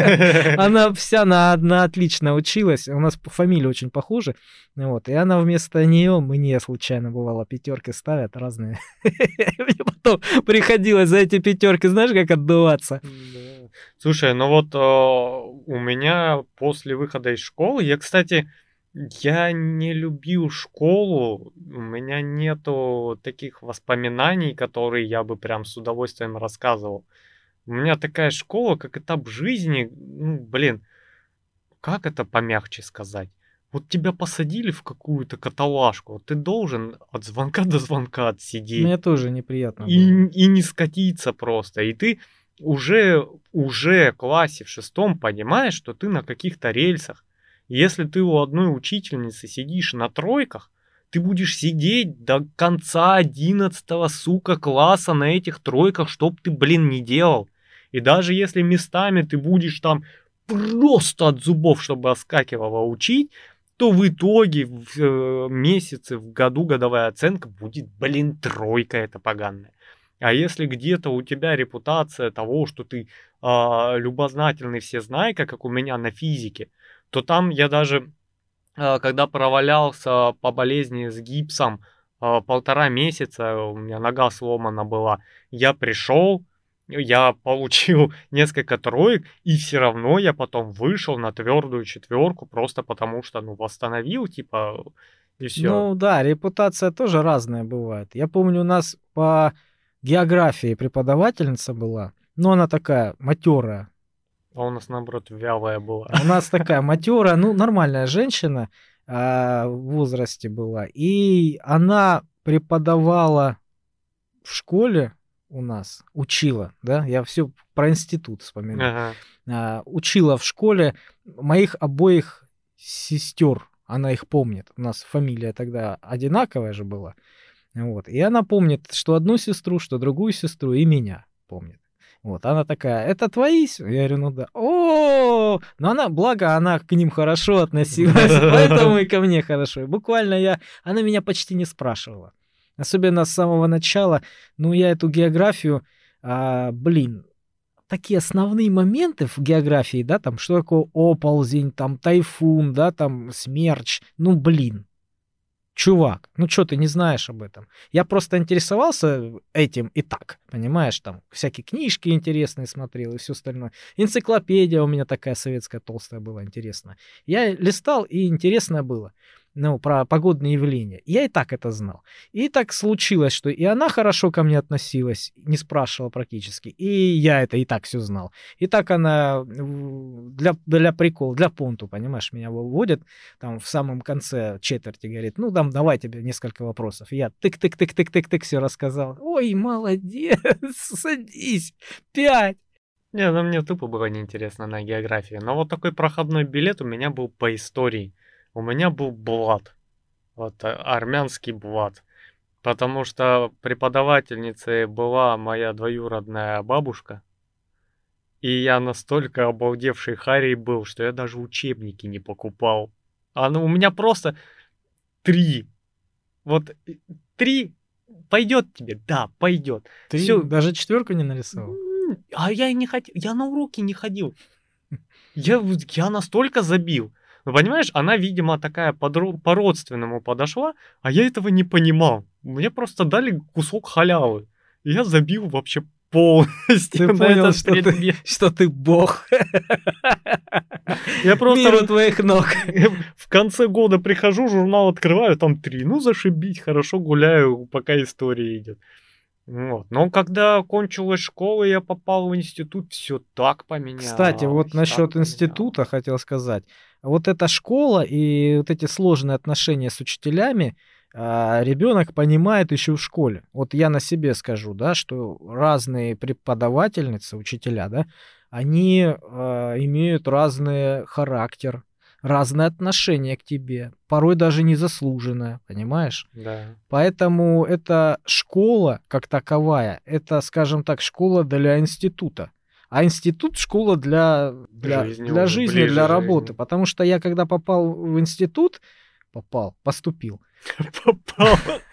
Она вся на, на отлично училась, у нас по фамилии очень похожи, вот, и она вместо нее мне случайно бывало пятерки ставят разные. Мне потом приходилось за эти пятерки, знаешь, как отдуваться. Да. Слушай, ну вот э, у меня после выхода из школы, я, кстати, я не любил школу, у меня нету таких воспоминаний, которые я бы прям с удовольствием рассказывал. У меня такая школа, как этап жизни, ну, блин, как это помягче сказать? Вот тебя посадили в какую-то каталажку, вот ты должен от звонка до звонка отсидеть. Мне тоже неприятно было. И, и не скатиться просто. И ты уже, уже в классе в шестом понимаешь, что ты на каких-то рельсах. Если ты у одной учительницы сидишь на тройках, ты будешь сидеть до конца одиннадцатого, сука, класса на этих тройках, чтоб ты, блин, не делал. И даже если местами ты будешь там просто от зубов, чтобы оскакивало учить, то в итоге в э, месяце, в году годовая оценка будет, блин, тройка эта поганая. А если где-то у тебя репутация того, что ты а, любознательный всезнайка, как у меня на физике, то там я даже, а, когда провалялся по болезни с гипсом а, полтора месяца, у меня нога сломана была, я пришел, я получил несколько троек, и все равно я потом вышел на твердую четверку, просто потому что, ну, восстановил, типа, И все. Ну да, репутация тоже разная бывает. Я помню, у нас по географии преподавательница была, но она такая матерая. А у нас, наоборот, вялая была. У нас такая матерая, ну, нормальная женщина а, в возрасте была. И она преподавала в школе у нас, учила, да, я все про институт вспоминаю. Ага. А, учила в школе моих обоих сестер. Она их помнит. У нас фамилия тогда одинаковая же была. Вот. И она помнит, что одну сестру, что другую сестру, и меня помнит. Вот, она такая, это твои? с-?» Я говорю, ну да. О, но она, благо, она к ним хорошо относилась, поэтому и ко мне хорошо. И буквально я, она меня почти не спрашивала. Особенно с самого начала. Ну, я эту географию, а, блин, такие основные моменты в географии, да, там, что такое оползень, там, тайфун, да, там, смерч, ну, блин. Чувак, ну что ты не знаешь об этом? Я просто интересовался этим и так, понимаешь, там всякие книжки интересные смотрел и все остальное. Энциклопедия у меня такая советская толстая была, интересная. Я листал, и интересно было, ну, про погодные явления. Я и так это знал. И так случилось, что и она хорошо ко мне относилась, не спрашивала практически, и я это и так все знал. И так она в- для, для прикола, для понту, понимаешь, меня выводит там в самом конце четверти, говорит, ну, там, давай тебе несколько вопросов. И я тык-тык-тык-тык-тык-тык все рассказал. Ой, молодец, садись, пять. Не, ну мне тупо было неинтересно на географии. Но вот такой проходной билет у меня был по истории. У меня был блат. Вот а, армянский блат. Потому что преподавательницей была моя двоюродная бабушка. И я настолько обалдевший Харри был, что я даже учебники не покупал. А ну, у меня просто три. Вот э, три пойдет тебе, да, пойдет. Ты Все. даже четверку не нарисовал? А я и не хотел, я на уроки не ходил. Я, вот- я настолько забил. Ну, понимаешь, она, видимо, такая подро- по-родственному подошла, а я этого не понимал. Мне просто дали кусок халявы. И я забил вообще полностью Ты на понял, этот что ты, предмет. что ты бог. Я просто Мир у вот твоих ног. в конце года прихожу, журнал открываю, там три. Ну, зашибись, хорошо гуляю, пока история идет. Вот. Но когда кончилась школа, я попал в институт, все так поменялось. Кстати, вот так насчет поменялось. института хотел сказать. Вот эта школа и вот эти сложные отношения с учителями а, ребенок понимает еще в школе. Вот я на себе скажу, да, что разные преподавательницы, учителя, да, они а, имеют разный характер, разное отношение к тебе, порой даже незаслуженное, понимаешь? Да. Поэтому эта школа как таковая, это, скажем так, школа для института. А институт — школа для, для, Жизни для уже, жизни, ближе для жизни. работы. Потому что я, когда попал в институт, попал, поступил, Попал.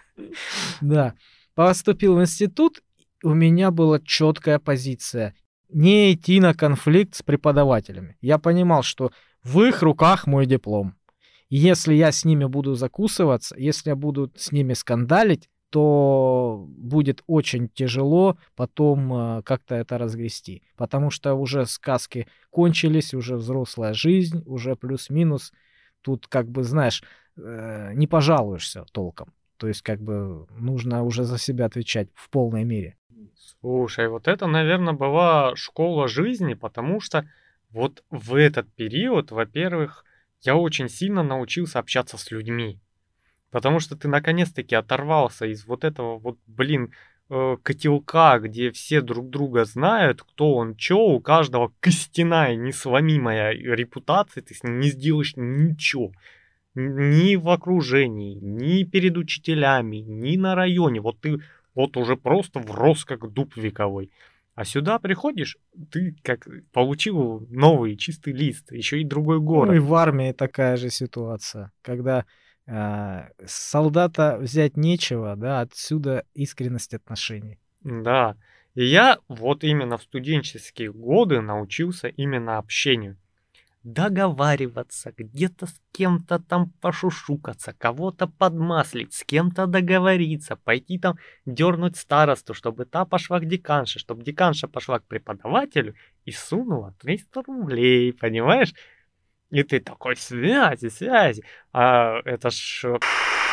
да, поступил в институт, у меня была четкая позиция — не идти на конфликт с преподавателями. Я понимал, что в их руках мой диплом. И если я с ними буду закусываться, если я буду с ними скандалить, то будет очень тяжело потом э, как-то это разгрести. Потому что уже сказки кончились, уже взрослая жизнь, уже плюс-минус. Тут, как бы, знаешь, э, не пожалуешься толком. То есть, как бы, нужно уже за себя отвечать в полной мере. Слушай, вот это, наверное, была школа жизни, потому что вот в этот период, во-первых, я очень сильно научился общаться с людьми. Потому что ты наконец-таки оторвался из вот этого вот, блин, э, котелка, где все друг друга знают, кто он, чё, у каждого костяная, несломимая репутация, ты с ним не сделаешь ничего. Н- Ни в окружении, ни перед учителями, ни на районе. Вот ты вот уже просто врос как дуб вековой. А сюда приходишь, ты как получил новый чистый лист, еще и другой Ну город. и в армии такая же ситуация, когда а, с солдата взять нечего, да, отсюда искренность отношений. Да. И я вот именно в студенческие годы научился именно общению. Договариваться, где-то с кем-то там пошушукаться, кого-то подмаслить, с кем-то договориться, пойти там дернуть старосту, чтобы та пошла к деканше, чтобы деканша пошла к преподавателю и сунула триста рублей, понимаешь? И ты такой, связи, связи. А это ж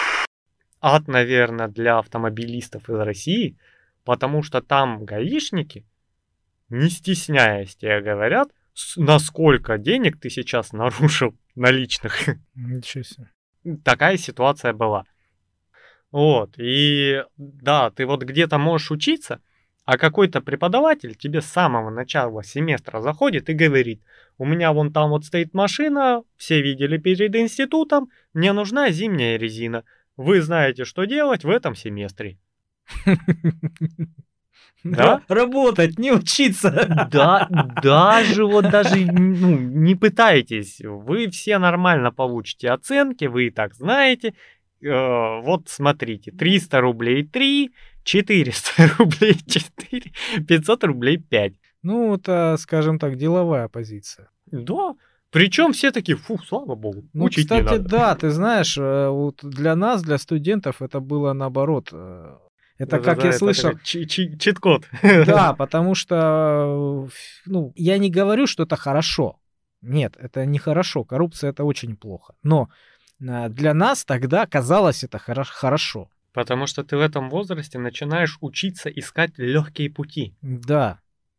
ад, наверное, для автомобилистов из России, потому что там гаишники, не стесняясь, тебе говорят, с- на сколько денег ты сейчас нарушил наличных. Ничего себе. Такая ситуация была. Вот, и да, ты вот где-то можешь учиться, а какой-то преподаватель тебе с самого начала семестра заходит и говорит: у меня вон там вот стоит машина, все видели перед институтом, мне нужна зимняя резина. Вы знаете, что делать в этом семестре. Да? Работать, не учиться. Да, даже вот даже ну, не пытайтесь, вы все нормально получите оценки, вы и так знаете. Э, вот смотрите, триста рублей три, четыреста рублей четыре, пятьсот рублей пять. Ну, это, скажем так, деловая позиция. Да, причем все такие: фу, слава богу, Ну, учить не кстати, надо. да, ты знаешь, э, вот для нас, для студентов, это было наоборот. э, Это, как Да-да-да, я это слышал, такой чи- чи- чит-код. да, потому что, э, ф- ну, я не говорю, что это хорошо. Нет, это не хорошо. Коррупция это очень плохо. Но а, для нас тогда казалось это хоро- хорошо. Потому что ты в этом возрасте начинаешь учиться искать легкие пути. Да.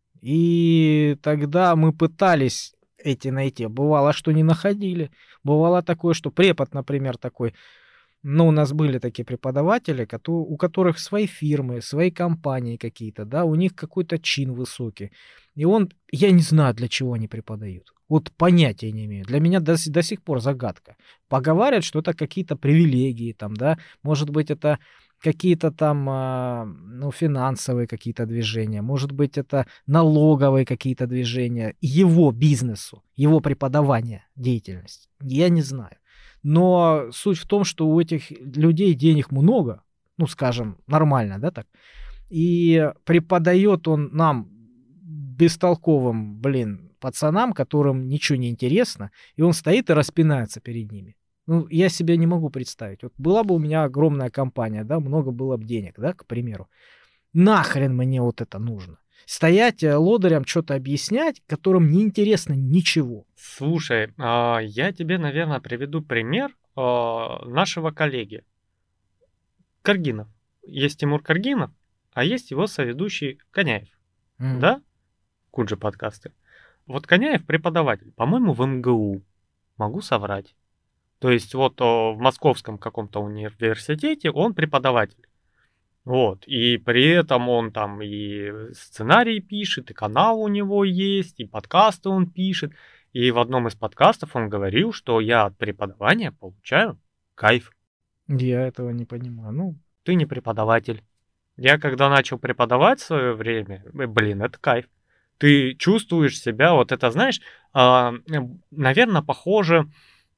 И тогда мы пытались эти найти. Бывало, что не находили. Бывало такое, что препод, например, такой. Ну, у нас были такие преподаватели, кото- у которых свои фирмы, свои компании какие-то, да, у них какой-то чин высокий. И он, я не знаю, для чего они преподают. Вот понятия не имею. Для меня до, с- до сих пор загадка. Поговаривают, что это какие-то привилегии там, да, может быть, это какие-то там, а, ну, финансовые какие-то движения, может быть, это налоговые какие-то движения, его бизнесу, его преподавания, деятельность. Я не знаю. Но суть в том, что у этих людей денег много, ну, скажем, нормально, да, так. И преподает он нам бестолковым, блин, пацанам, которым ничего не интересно, и он стоит и распинается перед ними. Ну, я себе не могу представить. Вот была бы у меня огромная компания, да, много было бы денег, да, к примеру. Нахрен мне вот это нужно? Стоять э, лодырям что-то объяснять, которым не интересно ничего. Слушай, а, я тебе, наверное, приведу пример а, нашего коллеги Каргинов. Есть Тимур Каргинов, а есть его соведущий Коняев. М. Да? Куджи подкасты. Вот Коняев преподаватель, по-моему, в эм гэ у. Могу соврать. То есть вот о, в московском каком-то университете он преподаватель. Вот. И при этом он там и сценарий пишет, и канал у него есть, и подкасты он пишет. И в одном из подкастов он говорил, что я от преподавания получаю кайф. Я этого не понимаю. Ну, Ты не преподаватель. Я когда начал преподавать в свое время, э, блин, это кайф. Ты чувствуешь себя, вот это, знаешь, наверное, похоже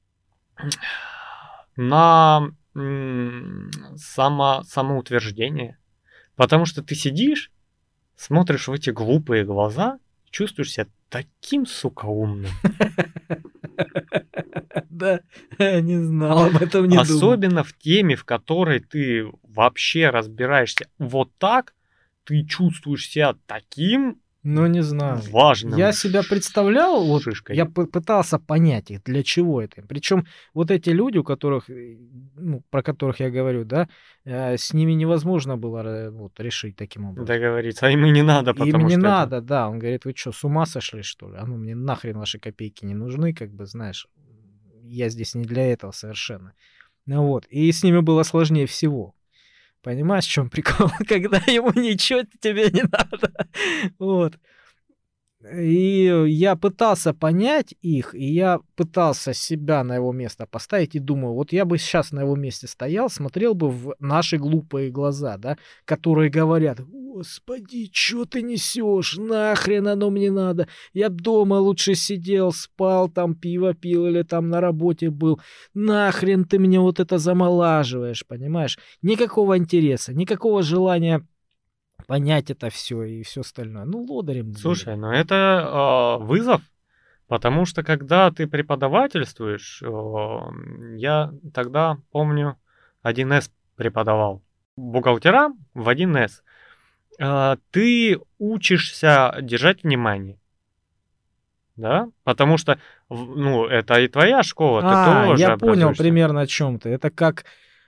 на м, само, самоутверждение. Потому что ты сидишь, смотришь в эти глупые глаза, чувствуешь себя таким, сука, умным. да, не знал, об этом не думал. Особенно в теме, в которой ты вообще разбираешься вот так, ты чувствуешь себя таким Ну, не знаю. важным. Я себя представлял, вот шишкой. я п- пытался понять их, для чего это. Причем вот эти люди, у которых, э, ну, про которых я говорю, да, э, с ними невозможно было э, вот, решить таким образом. Договориться. А им и не надо, Им потому не что это- надо, да. Он говорит, вы что, с ума сошли, что ли? А ну, мне нахрен ваши копейки не нужны, как бы, знаешь, я здесь не для этого совершенно. Ну вот, и с ними было сложнее всего. Понимаешь, в чем прикол? Когда ему ничего тебе не надо. Вот. И я пытался понять их, и я пытался себя на его место поставить и думаю, вот я бы сейчас на его месте стоял, смотрел бы в наши глупые глаза, да, которые говорят: господи, что ты несешь, нахрен оно мне надо, я б дома лучше сидел, спал, там пиво пил или там на работе был, нахрен ты мне вот это замолаживаешь, понимаешь? Никакого интереса, никакого желания понять это все и все остальное. Ну, лодырем. Слушай, ну это а, вызов, потому что когда ты преподавательствуешь, о, я тогда помню один эс преподавал бухгалтерам в один эс. А, ты учишься держать внимание, да? Потому что, в- ну, это и твоя школа, ты А, тоже я понял образуешься. примерно о чем ты. Это как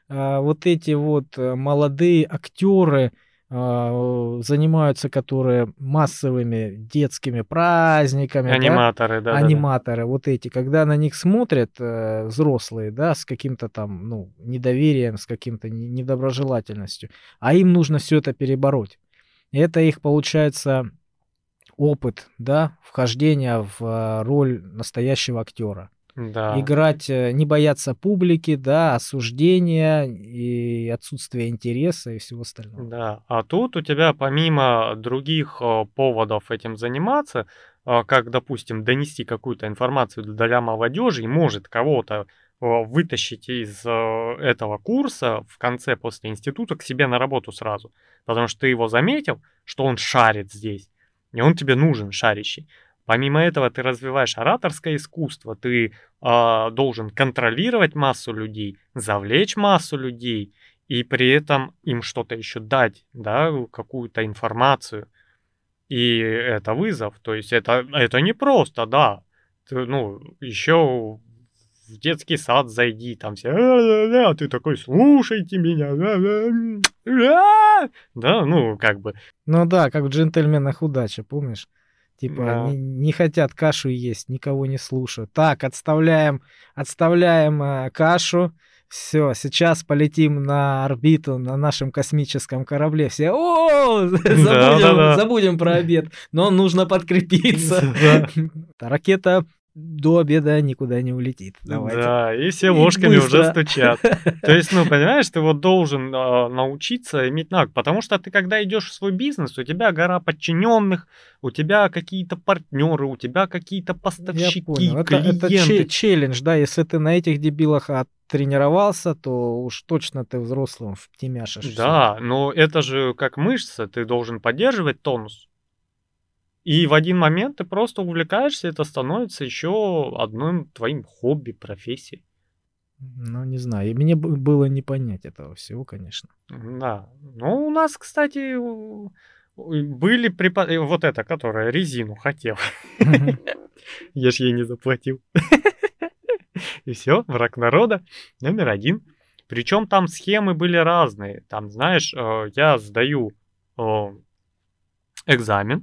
а, вот эти вот э, молодые актеры а, занимаются, которые массовыми детскими праздниками, да, Аниматоры, да-да-да. аниматоры, вот эти, когда на них смотрят э, взрослые, да, с каким-то там, ну, недоверием, с каким-то не- недоброжелательностью, а им нужно все это перебороть. Это их, получается, опыт, да, вхождения в а, роль настоящего актера. Да, Играть, э, не бояться публики, да, осуждения и отсутствия интереса и всего остального. да. А тут у тебя помимо других, э, поводов этим заниматься, а, как, допустим, донести какую-то информацию для молодежи и может кого-то, э, вытащить из, э, этого курса в конце после института к себе на работу сразу. Потому что ты его заметил, что он шарит здесь, и он тебе нужен шарящий. Помимо этого ты развиваешь ораторское искусство, ты, а, должен контролировать массу людей, завлечь массу людей и при этом им что-то еще дать, да, какую-то информацию. И это вызов. То есть это, это не просто, да. Ты, ну, еще в детский сад зайди, там все, «А-а-а», а ты такой, слушайте меня, а-а-а». Да, ну, как бы, Ну да, как в «Джентльменах удачи», помнишь? Типа да. не не хотят кашу есть, никого не слушают. Так, отставляем отставляем, э, кашу. Все, сейчас полетим на орбиту на нашем космическом корабле. Все: «О, забудем Да-да-да. забудем про обед, но нужно подкрепиться». Да. Ракета до обеда никуда не улетит. Давайте. Да, и все И ложками уже быстро. стучат. То есть, ну, понимаешь, ты вот должен, а, научиться иметь навык, потому что ты, когда идешь в свой бизнес, у тебя гора подчиненных, у тебя какие-то партнеры, у тебя какие-то Я понял. поставщики, Это это че клиенты. челлендж, да. Если ты на этих дебилах оттренировался, то уж точно ты взрослым втемяшешь всё. Да, но это же как мышца, ты должен поддерживать тонус. И в один момент ты просто увлекаешься, это становится еще одним твоим хобби, профессией. Ну, не знаю, и мне бы было не понять этого всего, конечно. Да. Ну, у нас, кстати, у у были препо э, вот эта, которая резину хотела. Мгм. Я ж ей не заплатил. И все, враг народа номер один. Причем там схемы были разные. Там, знаешь, э, я сдаю, э, экзамен,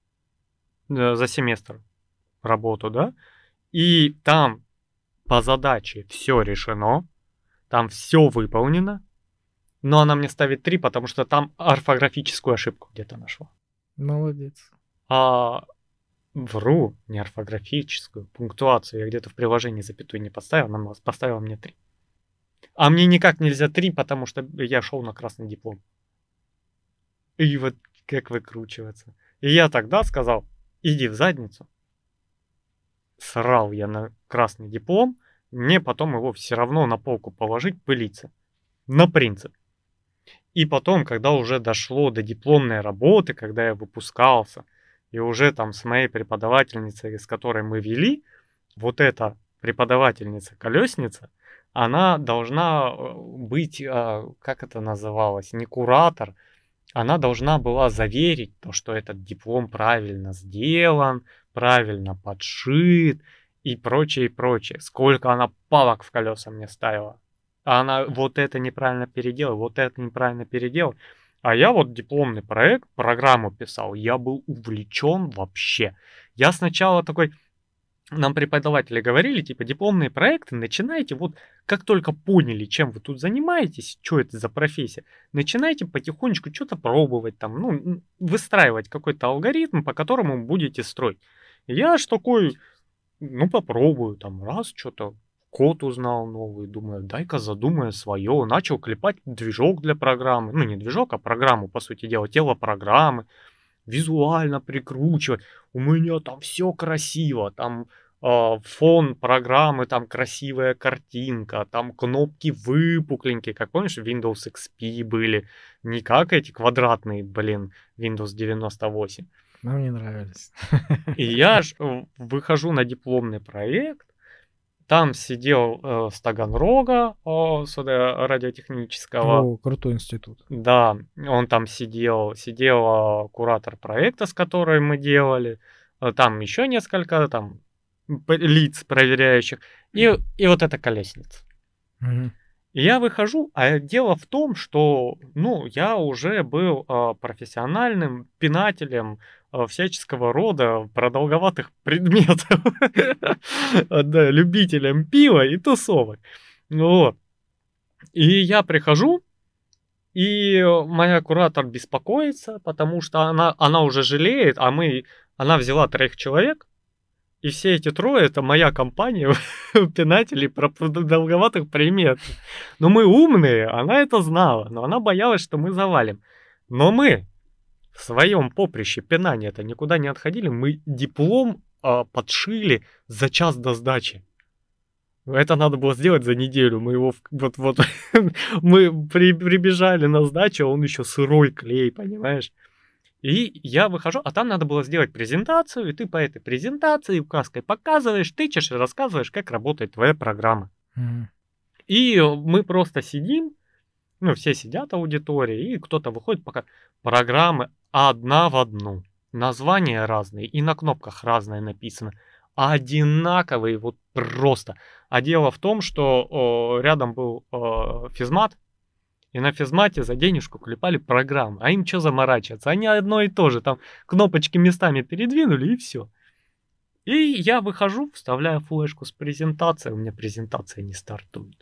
э, за семестр, работу, да, и там по задаче все решено, там все выполнено, но она мне ставит три, потому что там орфографическую ошибку где-то нашла. Молодец. А вру, не орфографическую, пунктуацию я где-то в приложении запятую не поставил, она м поставила мне три. А мне никак нельзя три, потому что я шел на красный диплом. И вот как выкручиваться? И я тогда сказал: «Иди в задницу». Срал я на красный диплом, мне потом его все равно на полку положить, пылиться. На принцип. И потом, когда уже дошло до дипломной работы, когда я выпускался, и уже там с моей преподавательницей, с которой мы вели, вот эта преподавательница-колесница, она должна э, быть, а, как это называлось, не куратор, она должна была заверить то, что этот диплом правильно сделан, правильно подшит и прочее, и прочее. Сколько она палок в колеса мне ставила. А она вот это неправильно переделала, вот это неправильно переделала. А я вот дипломный проект, программу писал, я был увлечен вообще. Я сначала такой, нам преподаватели говорили, типа, дипломные проекты начинайте вот как только поняли, чем вы тут занимаетесь, что это за профессия, начинайте потихонечку что-то пробовать там, ну, м, выстраивать какой-то алгоритм, по которому будете строить. И я аж такой, ну, попробую, там, раз, что-то, код узнал новый, думаю, дай-ка задумаю свое, начал клепать движок для программы, ну, не движок, а программу, по сути дела, тело программы, визуально прикручивать. У меня там все красиво, там а, фон программы, там красивая картинка, там кнопки выпукленькие, как помнишь, в Windows икс пи были, не как эти квадратные, блин, Windows девяносто восемь. Нам не нравились. И я ж э, выхожу на дипломный проект, там сидел э, с Таганрога, э, сюда радиотехнического. О, крутой институт. Да, он там сидел, сидела куратор проекта, с которой мы делали, э, там еще несколько там п- лиц проверяющих, и, и вот эта колесница. Мгм. И я выхожу, а дело в том, что, ну, я уже был а, профессиональным пинателем а, всяческого рода продолговатых предметов. Да, любителем пива и тусовок. Вот. И я прихожу, и моя куратор беспокоится, потому что она, она уже жалеет, а мы, она взяла троих человек, и все эти трое это моя компания пинателей про продолговатых предметов. Но мы умные, она это знала, но она боялась, что мы завалим. Но мы в своем поприще пинания-то никуда не отходили, мы диплом а, подшили за час до сдачи. Это надо было сделать за неделю. Мы его вот вот мы при, прибежали на сдачу, а он еще сырой клей, понимаешь? И я выхожу, а там надо было сделать презентацию, и ты по этой презентации указкой показываешь, тычешь и рассказываешь, как работает твоя программа. Мгм. И мы просто сидим, ну, все сидят в аудитории, и кто-то выходит, пока программы одна в одну. Названия разные, и на кнопках разное написано. Одинаковые, вот просто. А дело в том, что о, рядом был о, физмат, и на физмате за денежку клепали программы. А им что заморачиваться? Они одно и то же. Там кнопочки местами передвинули, и все. И я выхожу, вставляю флешку с презентацией. У меня презентация не стартует.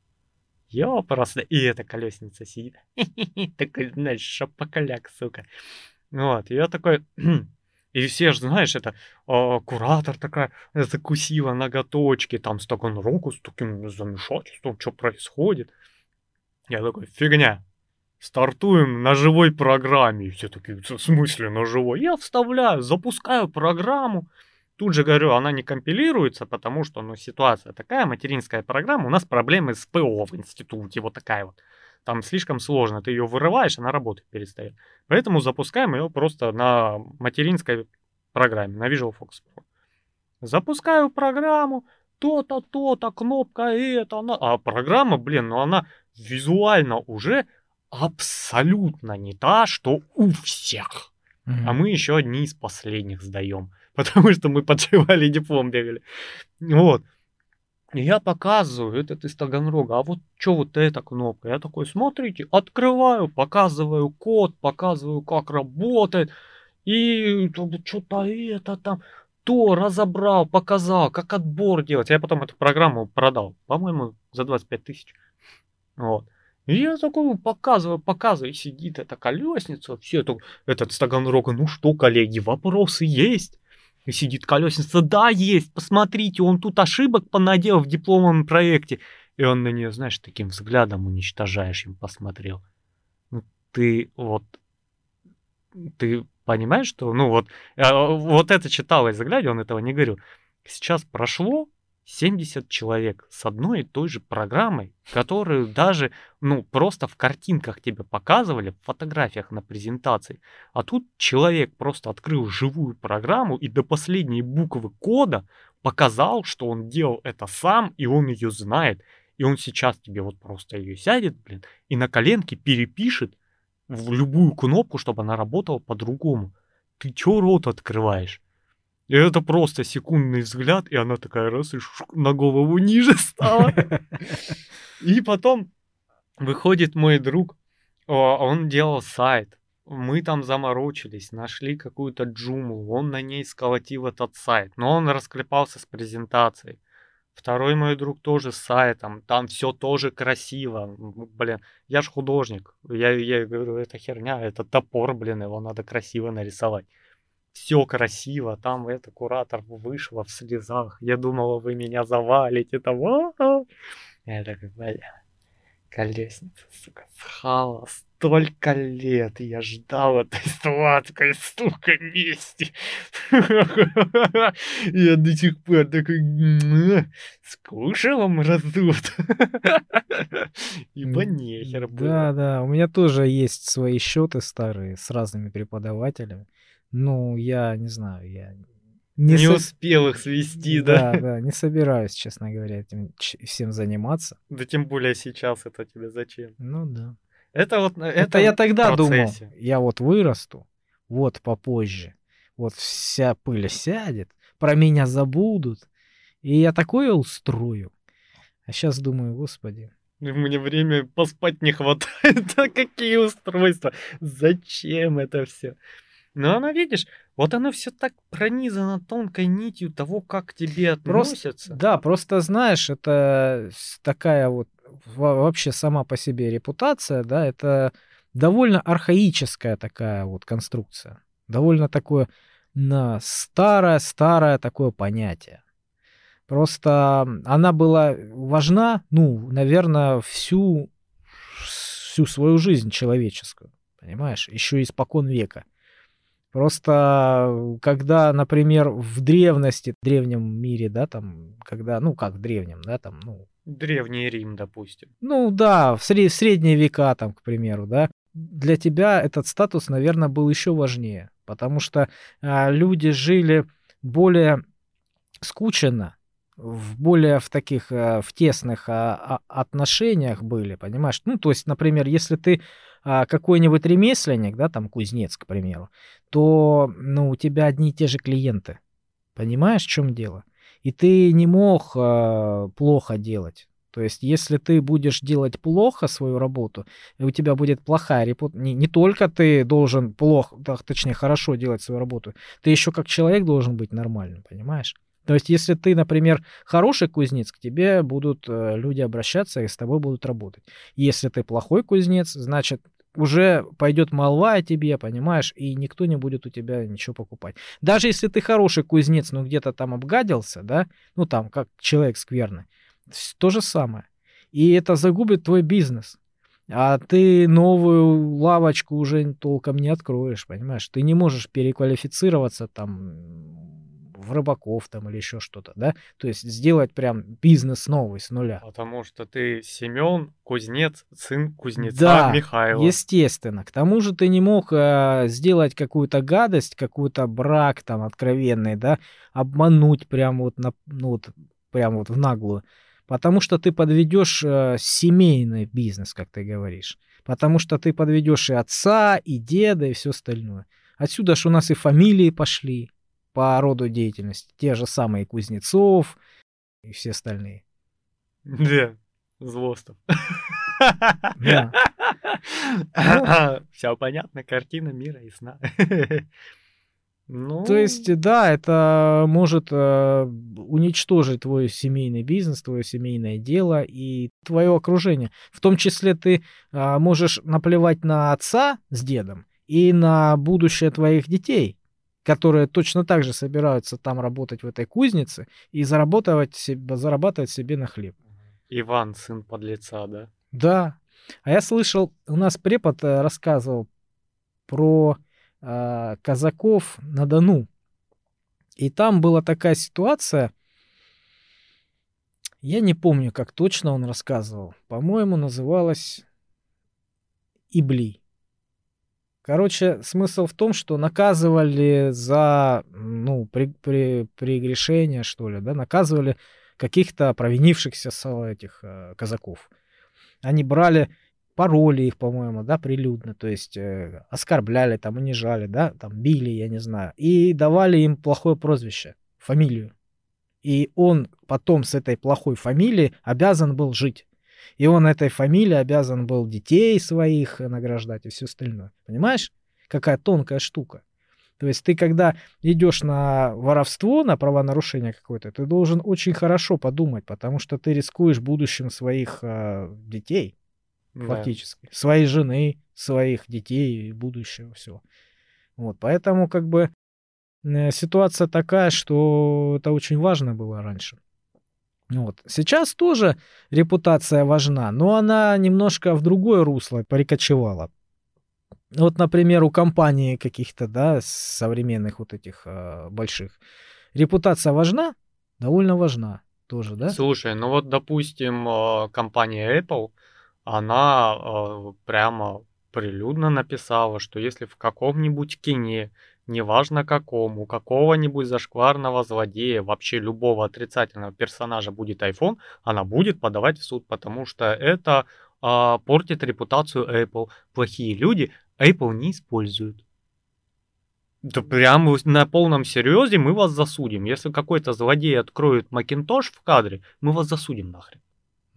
Я просто... И эта колесница сидит. Такой, знаешь, шапоколяк, сука. Вот, и я такой... И все же, знаешь, это а, куратор такая закусила ноготочки, там с Таганрогу, с таким замешательством, что происходит. Я такой, фигня, стартуем на живой программе. И все такие, в смысле на живой? Я вставляю, запускаю программу. Тут же говорю, она не компилируется, потому что, ну, ситуация такая, материнская программа, у нас проблемы с ПО в институте, вот такая вот. Там слишком сложно, ты ее вырываешь, она работать перестает. Поэтому запускаем ее просто на материнской программе, на Visual Focus Pro. Запускаю программу, то-то, то-то, кнопка это, она... А программа, блин, ну она визуально уже абсолютно не та, что у всех. Мгм. А мы еще одни из последних сдаем, потому что мы подшивали диплом, бегали. Вот. И я показываю, этот из Таганрога, а вот что вот эта кнопка? Я такой, смотрите, открываю, показываю код, показываю, как работает. И что-то это там, то разобрал, показал, как отбор делать. Я потом эту программу продал, по-моему, за двадцать пять тысяч. Вот. И я такой показываю, показываю, и сидит эта колесница, все это, этот с Таганрога, ну что, коллеги, вопросы есть? И сидит колесница, да, есть, посмотрите, он тут ошибок понаделал в дипломном проекте. И он на нее, знаешь, таким взглядом уничтожающим посмотрел. Ну, ты вот, ты понимаешь, что, ну вот, э, вот это читалось в взгляде, он этого не говорил. Сейчас прошло семьдесят человек с одной и той же программой, которую даже, ну, просто в картинках тебе показывали, в фотографиях на презентации. А тут человек просто открыл живую программу и до последней буквы кода показал, что он делал это сам, и он ее знает. И он сейчас тебе вот просто ее сядет, блин, и на коленке перепишет в любую кнопку, чтобы она работала по-другому. Ты чё рот открываешь? И это просто секундный взгляд, и она такая раз и шук, на голову ниже стала. И потом выходит мой друг, о, он делал сайт. Мы там заморочились, нашли какую-то джуму, он на ней сколотил этот сайт, но он расклепался с презентацией. Второй мой друг тоже с сайтом, там все тоже красиво. Блин, я ж художник, я, я говорю, это херня, это топор, блин, его надо красиво нарисовать. Все красиво, там это куратор вышла в слезах. Я думала, вы меня завалите. Там, а-а-а. Я такой, бля, колесница, сука, схала столько лет. Я ждал этой сладкой, сука, мести. Я до сих пор такой, скушала мразут. Ибо нехер было. Да, да, у меня тоже есть свои счеты старые с разными преподавателями. Ну, я не знаю, я Не, не со- успел их свести, да? Да, да, не собираюсь, честно говоря, этим ч- всем заниматься. Да тем более сейчас это тебе зачем? Ну да. Это вот это, Это я тогда в думал, процессе. я вот вырасту, вот попозже, вот вся пыль сядет, про меня забудут, и я такое устрою. А сейчас думаю, господи, Мне время поспать не хватает. А какие устройства? Зачем это все? Но оно, видишь, вот оно все так пронизано тонкой нитью того, как к тебе Просто, относятся. да, просто знаешь, это с- такая вот во- вообще сама по себе репутация, да, это довольно архаическая такая вот конструкция, довольно такое на старое-старое такое понятие. Просто м, она была важна, ну, наверное, всю, всю свою жизнь человеческую, понимаешь, еще испокон века. Просто, э, когда, например, в древности, в древнем мире, да, там, когда, ну, как в древнем, да, там, ну, Древний Рим, допустим. ну да, в сре- средние века, там, к примеру, да, для тебя этот статус, наверное, был еще важнее, потому что а, люди жили более скучно, в более в таких, э, в тесных, а, а, отношениях были, понимаешь? Ну, то есть, например, если ты, а, какой-нибудь ремесленник, да, там кузнец, к примеру, то, ну, у тебя одни и те же клиенты. Понимаешь, в чём дело? И ты не мог, а, плохо делать. То есть, если ты будешь делать плохо свою работу, и у тебя будет плохая репут не не только ты должен плохо, да, точнее, хорошо делать свою работу, ты еще как человек должен быть нормальным, понимаешь? То есть, если ты, например, хороший кузнец, к тебе будут, э, люди обращаться и с тобой будут работать. Если ты плохой кузнец, значит, уже пойдет молва о тебе, понимаешь, и никто не будет у тебя ничего покупать. Даже если ты хороший кузнец, но где-то там обгадился, да, ну там как человек скверный, вс- то же самое. И это загубит твой бизнес. А ты новую лавочку уже толком не откроешь, понимаешь? Ты не можешь переквалифицироваться там в рыбаков там или еще что-то, да? То есть сделать прям бизнес новый с нуля. Потому что ты Семен, кузнец, сын кузнеца Да, Михаила. естественно. К тому же ты не мог, а, сделать какую-то гадость, какой-то брак там откровенный, да, обмануть прям вот на ну вот прям вот в наглую, потому что ты подведешь, э, семейный бизнес, как ты говоришь. Потому что ты подведешь и отца, и деда, и все остальное. Отсюда ж у нас и фамилии пошли по роду деятельности, те же самые Кузнецов и все остальные. Да, Злостов. Да. Ну, Все понятно, картина мира ясна. то Ну, есть, э, да, это может, э, уничтожить твой семейный бизнес, твое семейное дело и твое окружение. В том числе ты, а, можешь наплевать на отца с дедом и на будущее твоих детей, которые точно так же собираются там работать в этой кузнице и зарабатывать себ зарабатывать себе на хлеб. Иван, сын подлеца, да? Да. А я слышал, у нас препод, э, рассказывал про, а, казаков на Дону. И там была такая ситуация, я не помню, как точно он рассказывал. По-моему, называлась Ibли. Короче, смысл в том, что наказывали за, ну, при, при, прегрешение, что ли, да, наказывали каких-то провинившихся со этих э, казаков. Они брали, пароли их, по-моему, да, прилюдно, то есть э, оскорбляли, там, унижали, да, там, били, я не знаю, и давали им плохое прозвище, фамилию. И он потом с этой плохой фамилией обязан был жить. И он этой фамилией обязан был детей своих э, награждать и все остальное. Понимаешь, какая тонкая штука? То есть ты, когда идешь на воровство, на правонарушение какое-то, ты должен очень хорошо подумать, потому что ты рискуешь будущим своих э, детей, Да. фактически. Своей жены, своих детей и будущего всего. Вот, поэтому как бы э, ситуация такая, что это очень важно было раньше. Вот. Сейчас тоже репутация важна, но она немножко в другое русло перекочевала. Вот, например, у компаний каких-то, да, современных вот этих а, больших, репутация важна? Довольно важна тоже, да? Слушай, ну вот, допустим, э, компания Apple, она э, прямо прилюдно написала, что если в каком-нибудь кине, неважно каком, у какого-нибудь зашкварного злодея, вообще любого отрицательного персонажа будет iPhone, она будет подавать в суд, потому что это а, портит репутацию Apple. Плохие люди Apple не используют. Да прям вот на полном серьезе мы вас засудим. Если какой-то злодей откроет Макинтош в кадре, мы вас засудим нахрен.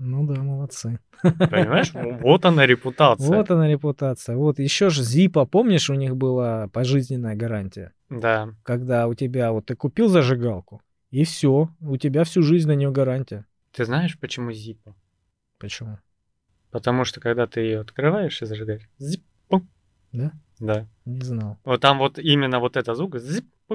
Ну да, молодцы. Понимаешь, вот она репутация. Вот она репутация. Вот еще же Зипа, помнишь, у них была пожизненная гарантия? Да. Когда у тебя, вот ты купил зажигалку, и все, у тебя всю жизнь на нее гарантия. Ты знаешь, почему Зиппо? Почему? Потому что когда ты ее открываешь и зажигаешь, зиппо. Да? Да. Не знал. Вот там вот именно вот это звук, зиппо.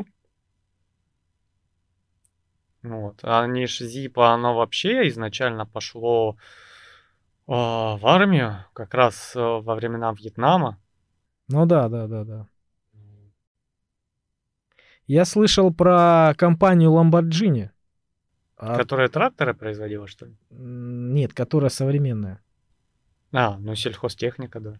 Вот. А они ж Зиппо, оно вообще изначально пошло а, в армию, как раз э, во времена Вьетнама. Ну да, да, да, да. Я слышал про компанию Lamborghini. А, Которая тракторы производила, что ли? м, нет, которая современная. А, ну сельхозтехника, да.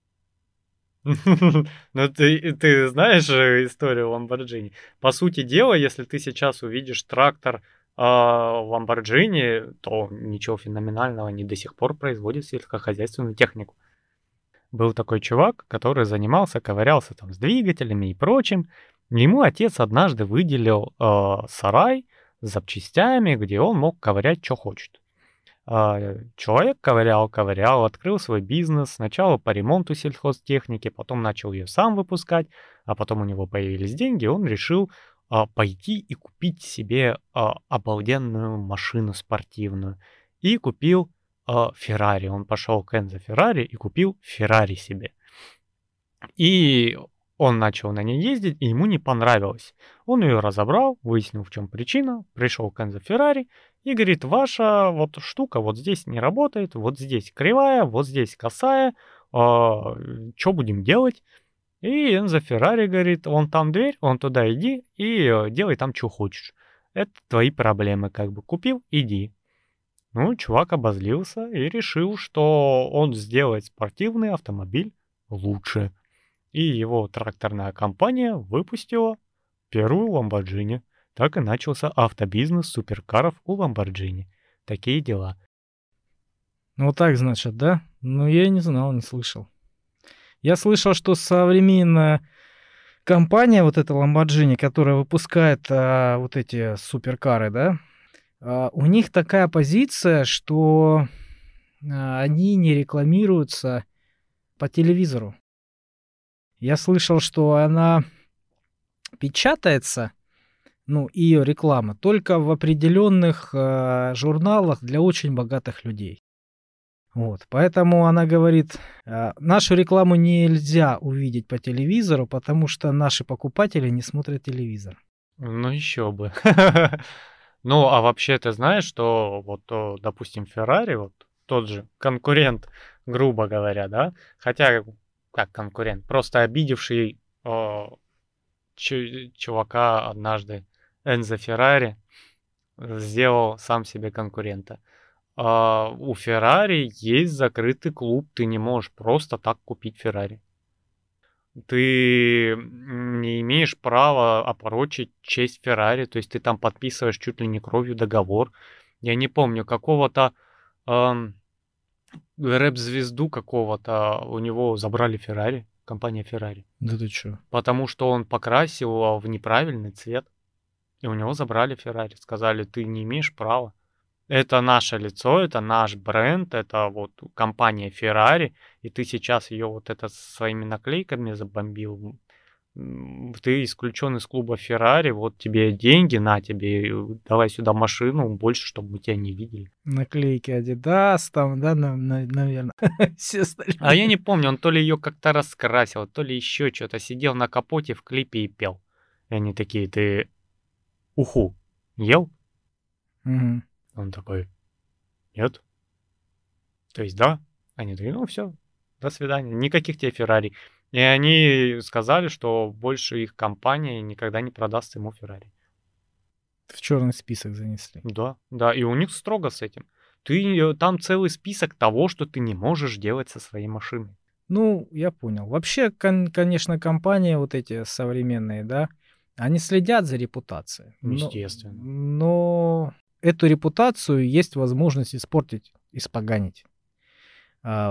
Ну ты, ты знаешь же историю Lamborghini. По сути дела, если ты сейчас увидишь трактор а, Lamborghini, то ничего феноменального, они до сих пор производят сельскохозяйственную технику. Был такой чувак, который занимался, ковырялся там с двигателями и прочим. Ему отец однажды выделил э, сарай с запчастями, где он мог ковырять, что хочет. А, человек ковырял, ковырял, открыл свой бизнес. Сначала по ремонту сельхозтехники, потом начал ее сам выпускать, а потом у него появились деньги, он решил а, пойти и купить себе а, обалденную машину спортивную. И купил а, Феррари. Он пошел к Энзо Феррари и купил Феррари себе. И он начал на ней ездить, и ему не понравилось. Он ее разобрал, выяснил, в чем причина, пришел к Энзо Феррари и говорит, ваша вот штука вот здесь не работает, вот здесь кривая, вот здесь косая, что будем делать? И Энзо Феррари говорит, вон там дверь, вон туда иди и э, делай там, что хочешь. Это твои проблемы, как бы купил, иди. Ну, чувак обозлился и решил, что он сделает спортивный автомобиль лучше. И его тракторная компания выпустила первую Lamborghini. Так и начался автобизнес суперкаров у Lamborghini. Такие дела. Ну вот так, значит, да? Ну, я не знал, не слышал. Я слышал, что современная компания, вот эта Lamborghini, которая выпускает а, вот эти суперкары, да, а, у них такая позиция, что а, они не рекламируются по телевизору. Я слышал, что она печатается, ну, ее реклама, только в определенных а, журналах для очень богатых людей. Вот, поэтому она говорит, а, нашу рекламу нельзя увидеть по телевизору, потому что наши покупатели не смотрят телевизор. Ну еще бы. Ну, а вообще ты знаешь, что вот, о, допустим, Ferrari, вот тот же конкурент, грубо говоря, да, хотя как конкурент, просто обидевший о, чу- чувака однажды, Энзо Феррари, сделал сам себе конкурента. А, у Ferrari есть закрытый клуб, ты не можешь просто так купить Ferrari. Ты м, не имеешь права опорочить честь Феррари, то есть ты там подписываешь чуть ли не кровью договор. Я не помню, какого-то ам, рэп-звезду какого-то у него забрали Феррари, компания Феррари, Да ты чё? потому что он покрасил его в неправильный цвет, и у него забрали Феррари, сказали, ты не имеешь права. Это наше лицо, это наш бренд, это вот компания Ferrari, и ты сейчас ее вот это своими наклейками забомбил. М, Ты исключен из клуба Ferrari, вот тебе деньги, на тебе, э, давай сюда машину, больше, чтобы мы тебя не видели. Наклейки Adidas там, да, наверное, все остальные. А я не помню, он то ли ее как-то раскрасил, то ли еще что-то, сидел на капоте в клипе и пел. И они такие, ты уху ел? Мгм. Он такой, нет. То есть да. Они такие, ну все, до свидания. Никаких тебе Феррари. И они сказали, что больше их компания никогда не продаст ему Феррари. В черный список занесли. Да, да, и у них строго с этим. Ты, э, там целый список того, что ты не можешь делать со своей машиной. Ну, я понял. Вообще, кон- конечно, компании вот эти современные, да, они следят за репутацией. Но, Естественно. но эту репутацию есть возможность испортить, испоганить. А,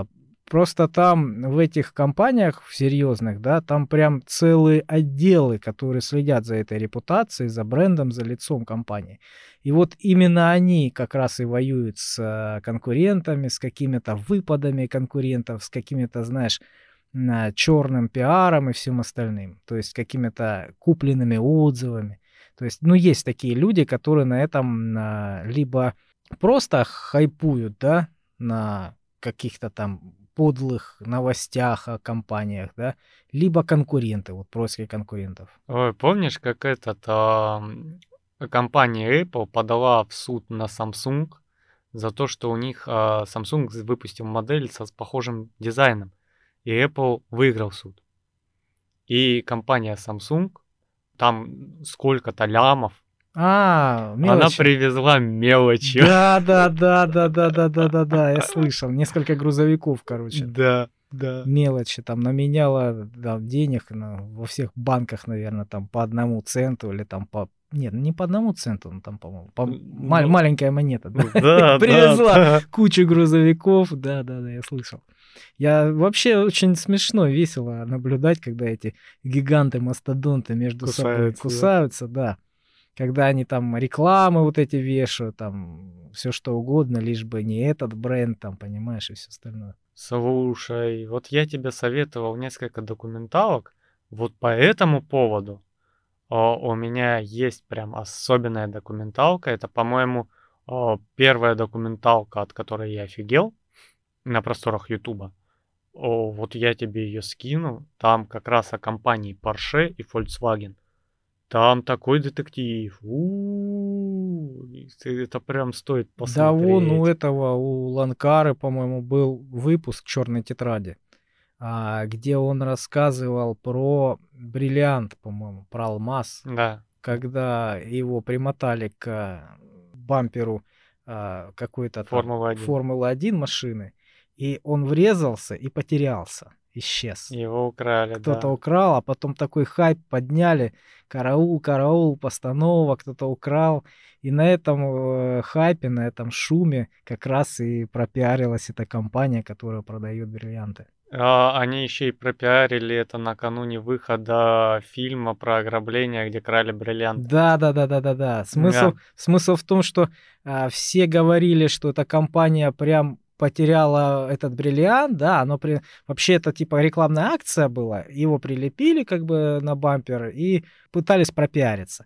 Просто там в этих компаниях в серьезных, да, там прям целые отделы, которые следят за этой репутацией, за брендом, за лицом компании. И вот именно они как раз и воюют с э, конкурентами, с какими-то выпадами конкурентов, с какими-то, знаешь, на черным пиаром и всем остальным, то есть какими-то купленными отзывами. То есть, ну, есть такие люди, которые на этом а, либо просто хайпуют, да, на каких-то там подлых новостях о компаниях, да, либо конкуренты, вот происки конкурентов. Ой, помнишь, как этот ам, компания Apple подала в суд на Samsung за то, что у них а, Samsung выпустил модель со с похожим дизайном, и Apple выиграл суд. И компания Samsung, там сколько-то лямов, А, она мелочи. привезла мелочью. Да, да, да, да, да, да, да, да, да, я слышал. Несколько грузовиков, короче. Да, да. Мелочи там наменяла да, денег на, во всех банках, наверное, там по одному центу или там по... Нет, не по одному центу, ну там, по-моему, по... ма- Ну, маленькая монета, да? да, Привезла да, кучу грузовиков, да, да, да, я слышал. Я вообще очень смешно, весело наблюдать, когда эти гиганты-мастодонты между собой кусаются, да. кусаются, да. Когда они там рекламы вот эти вешают, там все что угодно, лишь бы не этот бренд, там, понимаешь, и все остальное. Слушай, вот я тебе советовал несколько документалок. Вот по этому поводу а, у меня есть прям особенная документалка. Это, по-моему, а, первая документалка, от которой я офигел на просторах Ютуба. О, вот я тебе ее скину. Там как раз о компании Porsche и Volkswagen. Там такой детектив. У-у-у, это прям стоит Да вон у посмотреть. этого, у Ланкары, по-моему, был выпуск «Черной тетради», а, где он рассказывал про бриллиант, по-моему, про алмаз, Да, когда его примотали к бамперу а, какой-то там Формула один. Формулы-один машины, и он врезался и потерялся, исчез. Его украли, Кто-то да. украл, а потом такой хайп подняли, караул, караул, постанова, кто-то украл. И на этом э, хайпе, на этом шуме как раз и пропиарилась эта компания, которая продает бриллианты. А, они еще и пропиарили это накануне выхода фильма про ограбление, где крали бриллианты. Да, да, да, да, да, да. Смысл, Да, смысл в том, что а, все говорили, что эта компания прям потеряла этот бриллиант, да, оно при... вообще это типа рекламная акция была, его прилепили как бы на бампер и пытались пропиариться.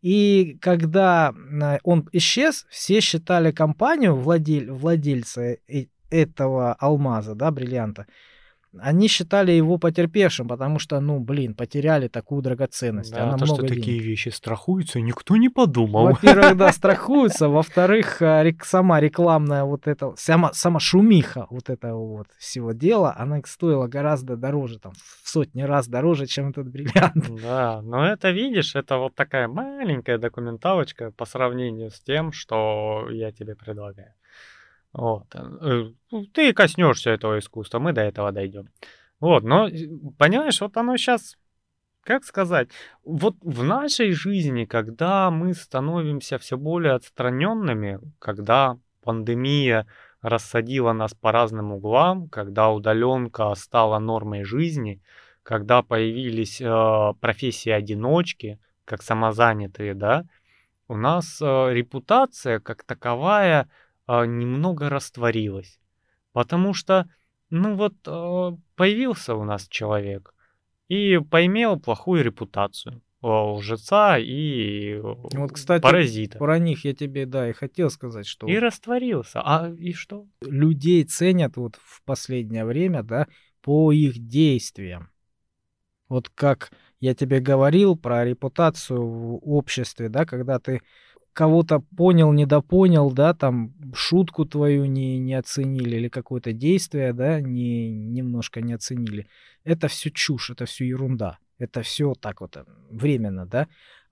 И когда а, он исчез, все считали компанию, владель... владельца э- этого алмаза, да, бриллианта, они считали его потерпевшим, потому что, ну, блин, потеряли такую драгоценность, да, она то, что много такие денег. вещи страхуются, никто не подумал. Во-первых, да, страхуются, во-вторых, а, рек- сама рекламная вот эта, сама, сама шумиха вот этого вот всего дела, она стоила гораздо дороже, там, в сотни раз дороже, чем этот бриллиант. Да, но это, видишь, это вот такая маленькая документалочка по сравнению с тем, что я тебе предлагаю. Вот. э, ну, Ты коснешься этого искусства, мы до этого дойдем. Вот, но, э, понимаешь, вот оно сейчас, как сказать, вот в нашей жизни, когда мы становимся все более отстраненными, когда пандемия рассадила нас по разным углам, когда удаленка стала нормой жизни, когда появились э, профессии одиночки, как самозанятые, да, у нас э, репутация как таковая э, немного растворилась. Потому что, ну вот, э, появился у нас человек и поимел плохую репутацию э, лжеца и э, Вот, кстати, паразита. про них я тебе, да, и хотел сказать, что И вот растворился. А и что? людей ценят вот в последнее время, да, по их действиям. Вот как я тебе говорил про репутацию в обществе, да, когда ты кого-то понял, недопонял, да, там шутку твою не, не оценили или какое-то действие, да, не, немножко не оценили. Это все чушь, это все ерунда. Это все так вот э, временно, да.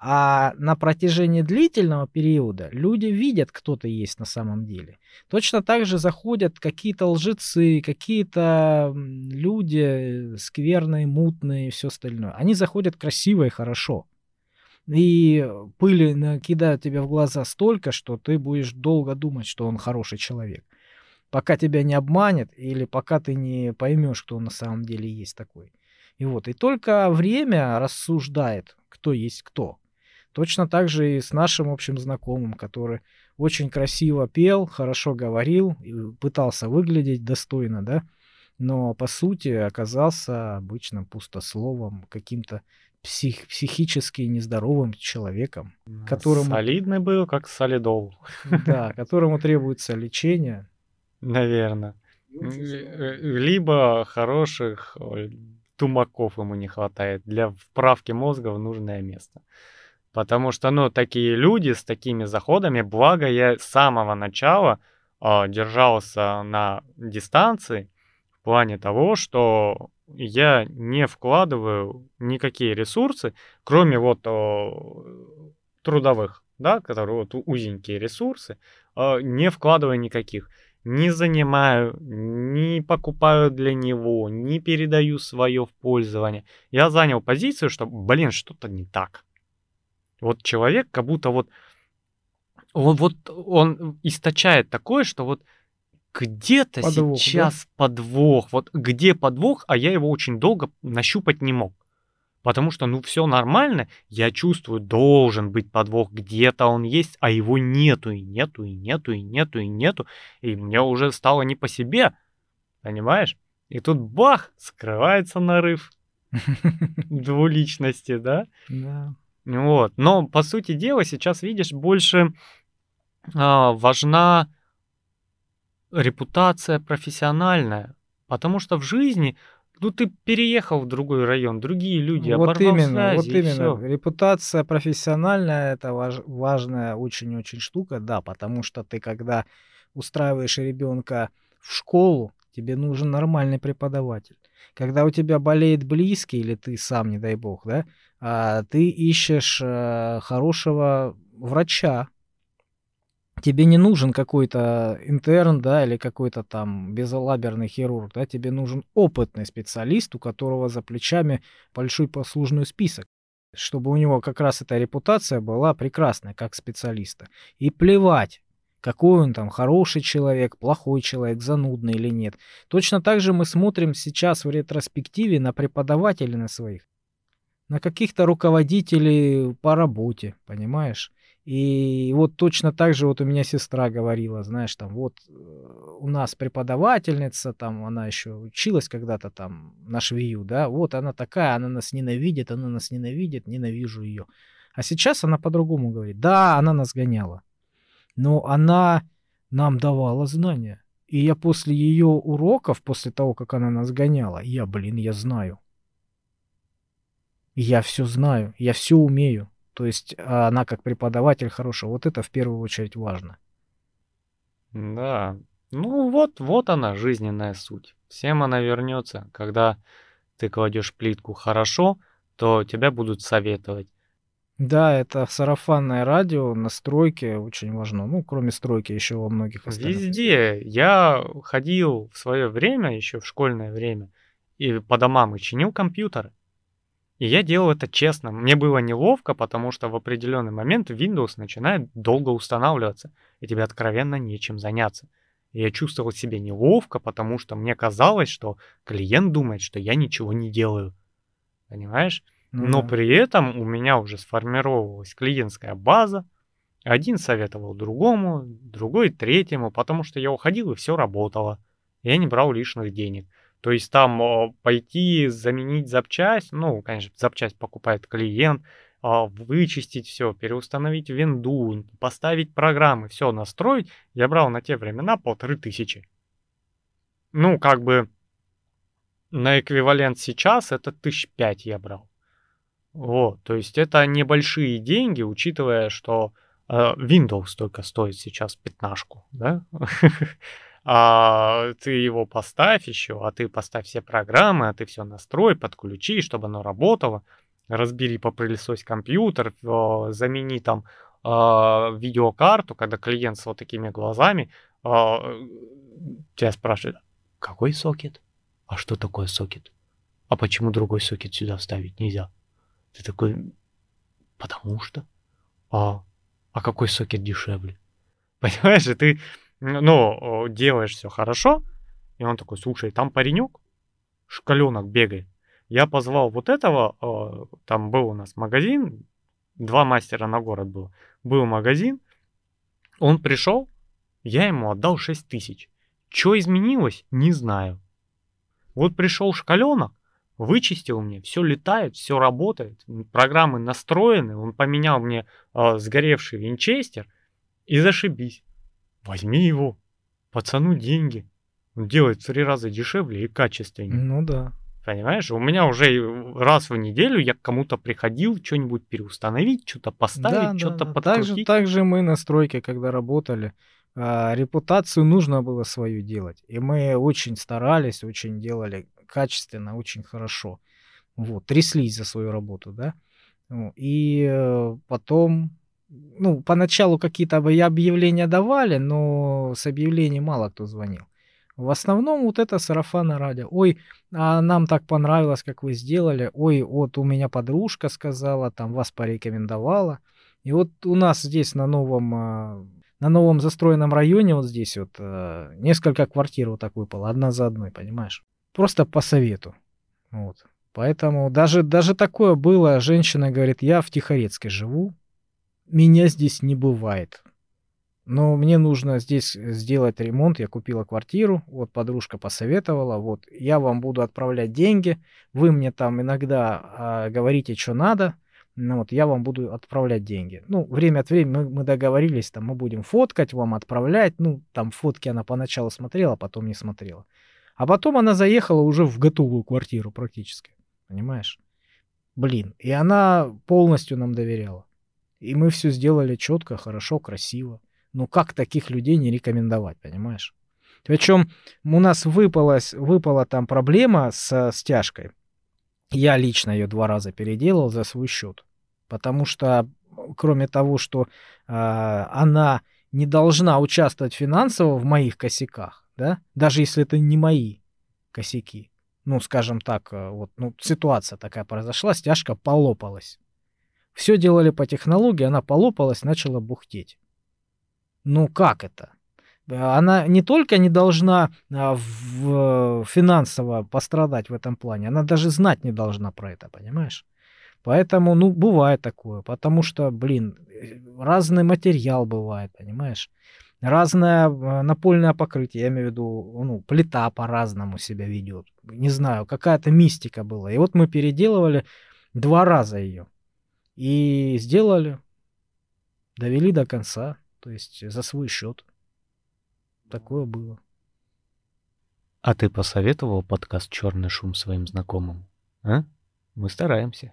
А на протяжении длительного периода люди видят, кто ты есть на самом деле. Точно так же заходят какие-то лжецы, какие-то м, люди скверные, мутные и все остальное. Они заходят красиво и хорошо. И пыли накидают тебе в глаза столько, что ты будешь долго думать, что он хороший человек. пока тебя не обманет или пока ты не поймешь, кто он на самом деле есть такой. И вот, и только время рассуждает, кто есть кто. Точно так же и с нашим общим знакомым, который очень красиво пел, хорошо говорил, и пытался выглядеть достойно, да, но по сути оказался обычным пустословом, каким-то псих- психически нездоровым человеком, которому, Солидный был, как солидол, да, которому требуется лечение. наверное. И очень сложно. Либо хороших ой, тумаков ему не хватает для вправки мозга в нужное место. Потому что, ну, такие люди с такими заходами, благо я с самого начала а, держался на дистанции в плане того, что я не вкладываю никакие ресурсы, кроме вот о, трудовых, да, которые вот у- узенькие ресурсы, а, не вкладываю никаких. Не занимаю, не покупаю для него, не передаю свое в пользование. Я занял позицию, что, блин, что-то не так. Вот человек как будто вот он вот он источает такое, что вот где-то Подвох, да? сейчас подвох. Вот где подвох, а я его очень долго нащупать не мог. Потому что, ну, все нормально, я чувствую, должен быть подвох, где-то он есть, а его нету, и нету, и нету, и нету, и нету. И мне уже стало не по себе, понимаешь? И тут бах, скрывается нарыв двуличности, да? Да. Вот. Но, по сути дела, сейчас, видишь, больше а, важна репутация профессиональная. Потому что в жизни, ну, ты переехал в другой район, другие люди, Вот оборвал именно, связи вот и именно. все. Репутация профессиональная — это важ- важная очень-очень штука, да, потому что ты, когда устраиваешь ребенка в школу, тебе нужен нормальный преподаватель. Когда у тебя болеет близкий или ты сам, не дай бог, да, а, ты ищешь э, хорошего врача. Тебе не нужен какой-то интерн, да, или какой-то там безалаберный хирург, да, тебе нужен опытный специалист, у которого за плечами большой послужной список, чтобы у него как раз эта репутация была прекрасная как специалиста. И плевать, какой он там, хороший человек, плохой человек, занудный или нет. Точно так же мы смотрим сейчас в ретроспективе на преподавателей на своих, на каких-то руководителей по работе, понимаешь? И вот точно так же вот у меня сестра говорила, знаешь, там вот э, у нас преподавательница, там она еще училась когда-то там на швею, да, вот она такая, она нас ненавидит, она нас ненавидит, ненавижу ее. А сейчас она по-другому говорит. Да, она нас гоняла, но она нам давала знания. И я после ее уроков, после того, как она нас гоняла, я, блин, я знаю. Я все знаю, я все умею. То есть, а, она как преподаватель хорошая. Вот это в первую очередь важно. Да. Ну вот, вот она, жизненная суть. Всем она вернется. Когда ты кладешь плитку хорошо, то тебя будут советовать. Да, это сарафанное радио на стройке очень важно. Ну, кроме стройки, еще во многих остальных местах. Везде. Я ходил в свое время, еще в школьное время, и по домам и чинил компьютеры. И я делал это честно. Мне было неловко, потому что в определенный момент Windows начинает долго устанавливаться, и тебе откровенно нечем заняться. И я чувствовал себя неловко, потому что мне казалось, что клиент думает, что я ничего не делаю. Понимаешь? Ну Но да. при этом у меня уже сформировалась клиентская база. Один советовал другому, другой третьему, потому что я уходил, и все работало. Я не брал лишних денег. То есть там а, пойти заменить запчасть, ну, конечно, запчасть покупает клиент, а, вычистить все, переустановить винду, поставить программы, все настроить, я брал на те времена полторы тысячи. Ну, как бы на эквивалент сейчас это тысяч пять я брал. Вот, то есть это небольшие деньги, учитывая, что э, Windows только стоит сейчас пятнашку, да? А ты его поставь еще, а ты поставь все программы, а ты все настрой, подключи, чтобы оно работало. Разбери, попылесось компьютер, э, замени там э, видеокарту, когда клиент с вот такими глазами э, тебя спрашивает, какой сокет? А что такое сокет? А почему другой сокет сюда вставить нельзя? Ты такой, потому что. А, а какой сокет дешевле? Понимаешь, и ты ну, делаешь все хорошо, и он такой, слушай, там паренек, шкаленок бегает. Я позвал вот этого, э, там был у нас магазин, два мастера на город было. Был магазин, он пришел, я ему отдал шесть тысяч. Что изменилось, не знаю. Вот пришел шкаленок, вычистил мне, все летает, все работает, программы настроены, он поменял мне э, сгоревший винчестер, и зашибись. Возьми его, пацану деньги. Он делает в три раза дешевле и качественнее. Ну да. Понимаешь, у меня уже раз в неделю я к кому-то приходил что-нибудь переустановить, что-то поставить, Да, что-то да, да. Так же, подкрутить. так же мы на стройке, когда работали, а, репутацию нужно было свою делать. И мы очень старались, очень делали качественно, очень хорошо. Вот, тряслись за свою работу, да. Ну, И э, потом, ну, поначалу какие-то объ- объявления давали, но с объявлений мало кто звонил. В основном вот это сарафанное радио. Ой, а нам так понравилось, как вы сделали. Ой, вот у меня подружка сказала, там вас порекомендовала. И вот у нас здесь на новом, а, на новом застроенном районе, вот здесь вот а, несколько квартир вот так выпало, одна за одной, понимаешь? Просто по совету. Вот. Поэтому даже, даже такое было. Женщина говорит, я в Тихорецке живу, меня здесь не бывает. Но мне нужно здесь сделать ремонт. Я купила квартиру, вот подружка посоветовала, вот я вам буду отправлять деньги, вы мне там иногда а, говорите, что надо, ну вот я вам буду отправлять деньги. Ну, время от времени мы, мы договорились, там мы будем фоткать, вам отправлять, ну, там фотки она поначалу смотрела, потом не смотрела. А потом она заехала уже в готовую квартиру практически, понимаешь? Блин, и она полностью нам доверяла. И мы все сделали четко, хорошо, красиво. Ну как таких людей не рекомендовать, понимаешь? Причем у нас выпалась, выпала там проблема с стяжкой. Я лично ее два раза переделал за свой счет. Потому что, кроме того, что э, она не должна участвовать финансово в моих косяках, да, даже если это не мои косяки. Ну, скажем так, э, вот, ну, ситуация такая произошла, стяжка полопалась. Все делали по технологии, она полопалась, начала бухтеть. Ну как это? Она не только не должна а, в, финансово пострадать в этом плане, она даже знать не должна про это, понимаешь? Поэтому, ну, бывает такое, потому что, блин, разный материал бывает, понимаешь? Разное а, напольное покрытие, я имею в виду, ну, плита по-разному себя ведет. Не знаю, какая-то мистика была. И вот мы переделывали два раза ее. И сделали, довели до конца. То есть за свой счет. Такое было. А ты посоветовал подкаст «Черный шум» своим знакомым? А? Мы стараемся.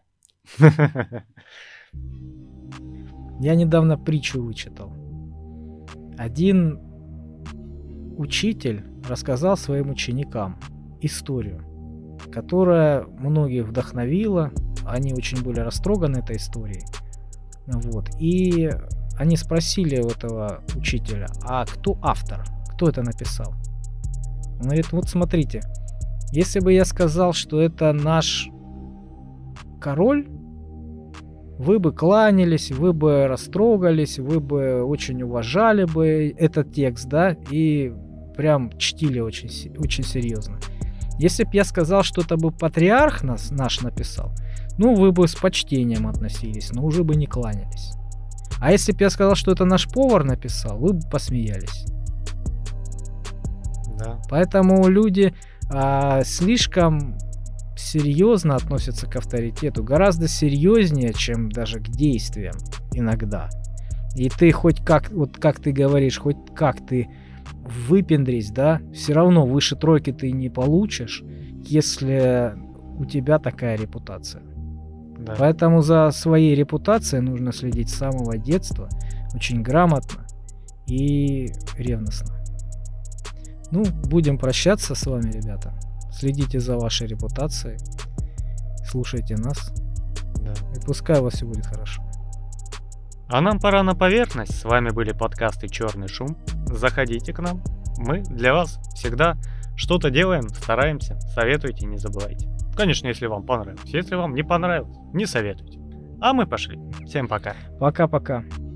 Я недавно притчу вычитал. Один учитель рассказал своим ученикам историю, которая многих вдохновила. Они очень были растроганы этой историей. Вот. И они спросили у этого учителя, а кто автор? Кто это написал? Он говорит, вот смотрите, если бы я сказал, что это наш король, вы бы кланялись, вы бы растрогались, вы бы очень уважали бы этот текст, да, и прям чтили очень, очень серьезно. Если бы я сказал, что это бы патриарх нас, наш написал, ну, вы бы с почтением относились, но уже бы не кланялись. А если бы я сказал, что это наш повар написал, вы бы посмеялись. Да. Поэтому люди а, слишком серьезно относятся к авторитету, гораздо серьезнее, чем даже к действиям иногда. И ты хоть как, вот как ты говоришь, хоть как ты выпендрись, да, все равно выше тройки ты не получишь, если у тебя такая репутация. Да. Поэтому за своей репутацией нужно следить с самого детства, очень грамотно и ревностно. Ну, будем прощаться с вами, ребята. Следите за вашей репутацией, слушайте нас, Да. и пускай у вас все будет хорошо. А нам пора на поверхность. С вами были подкасты «Черный шум». Заходите к нам. Мы для вас всегда что-то делаем, стараемся. Советуйте, не забывайте. Конечно, если вам понравилось. Если вам не понравилось, не советуйте. А мы пошли. Всем пока. Пока-пока.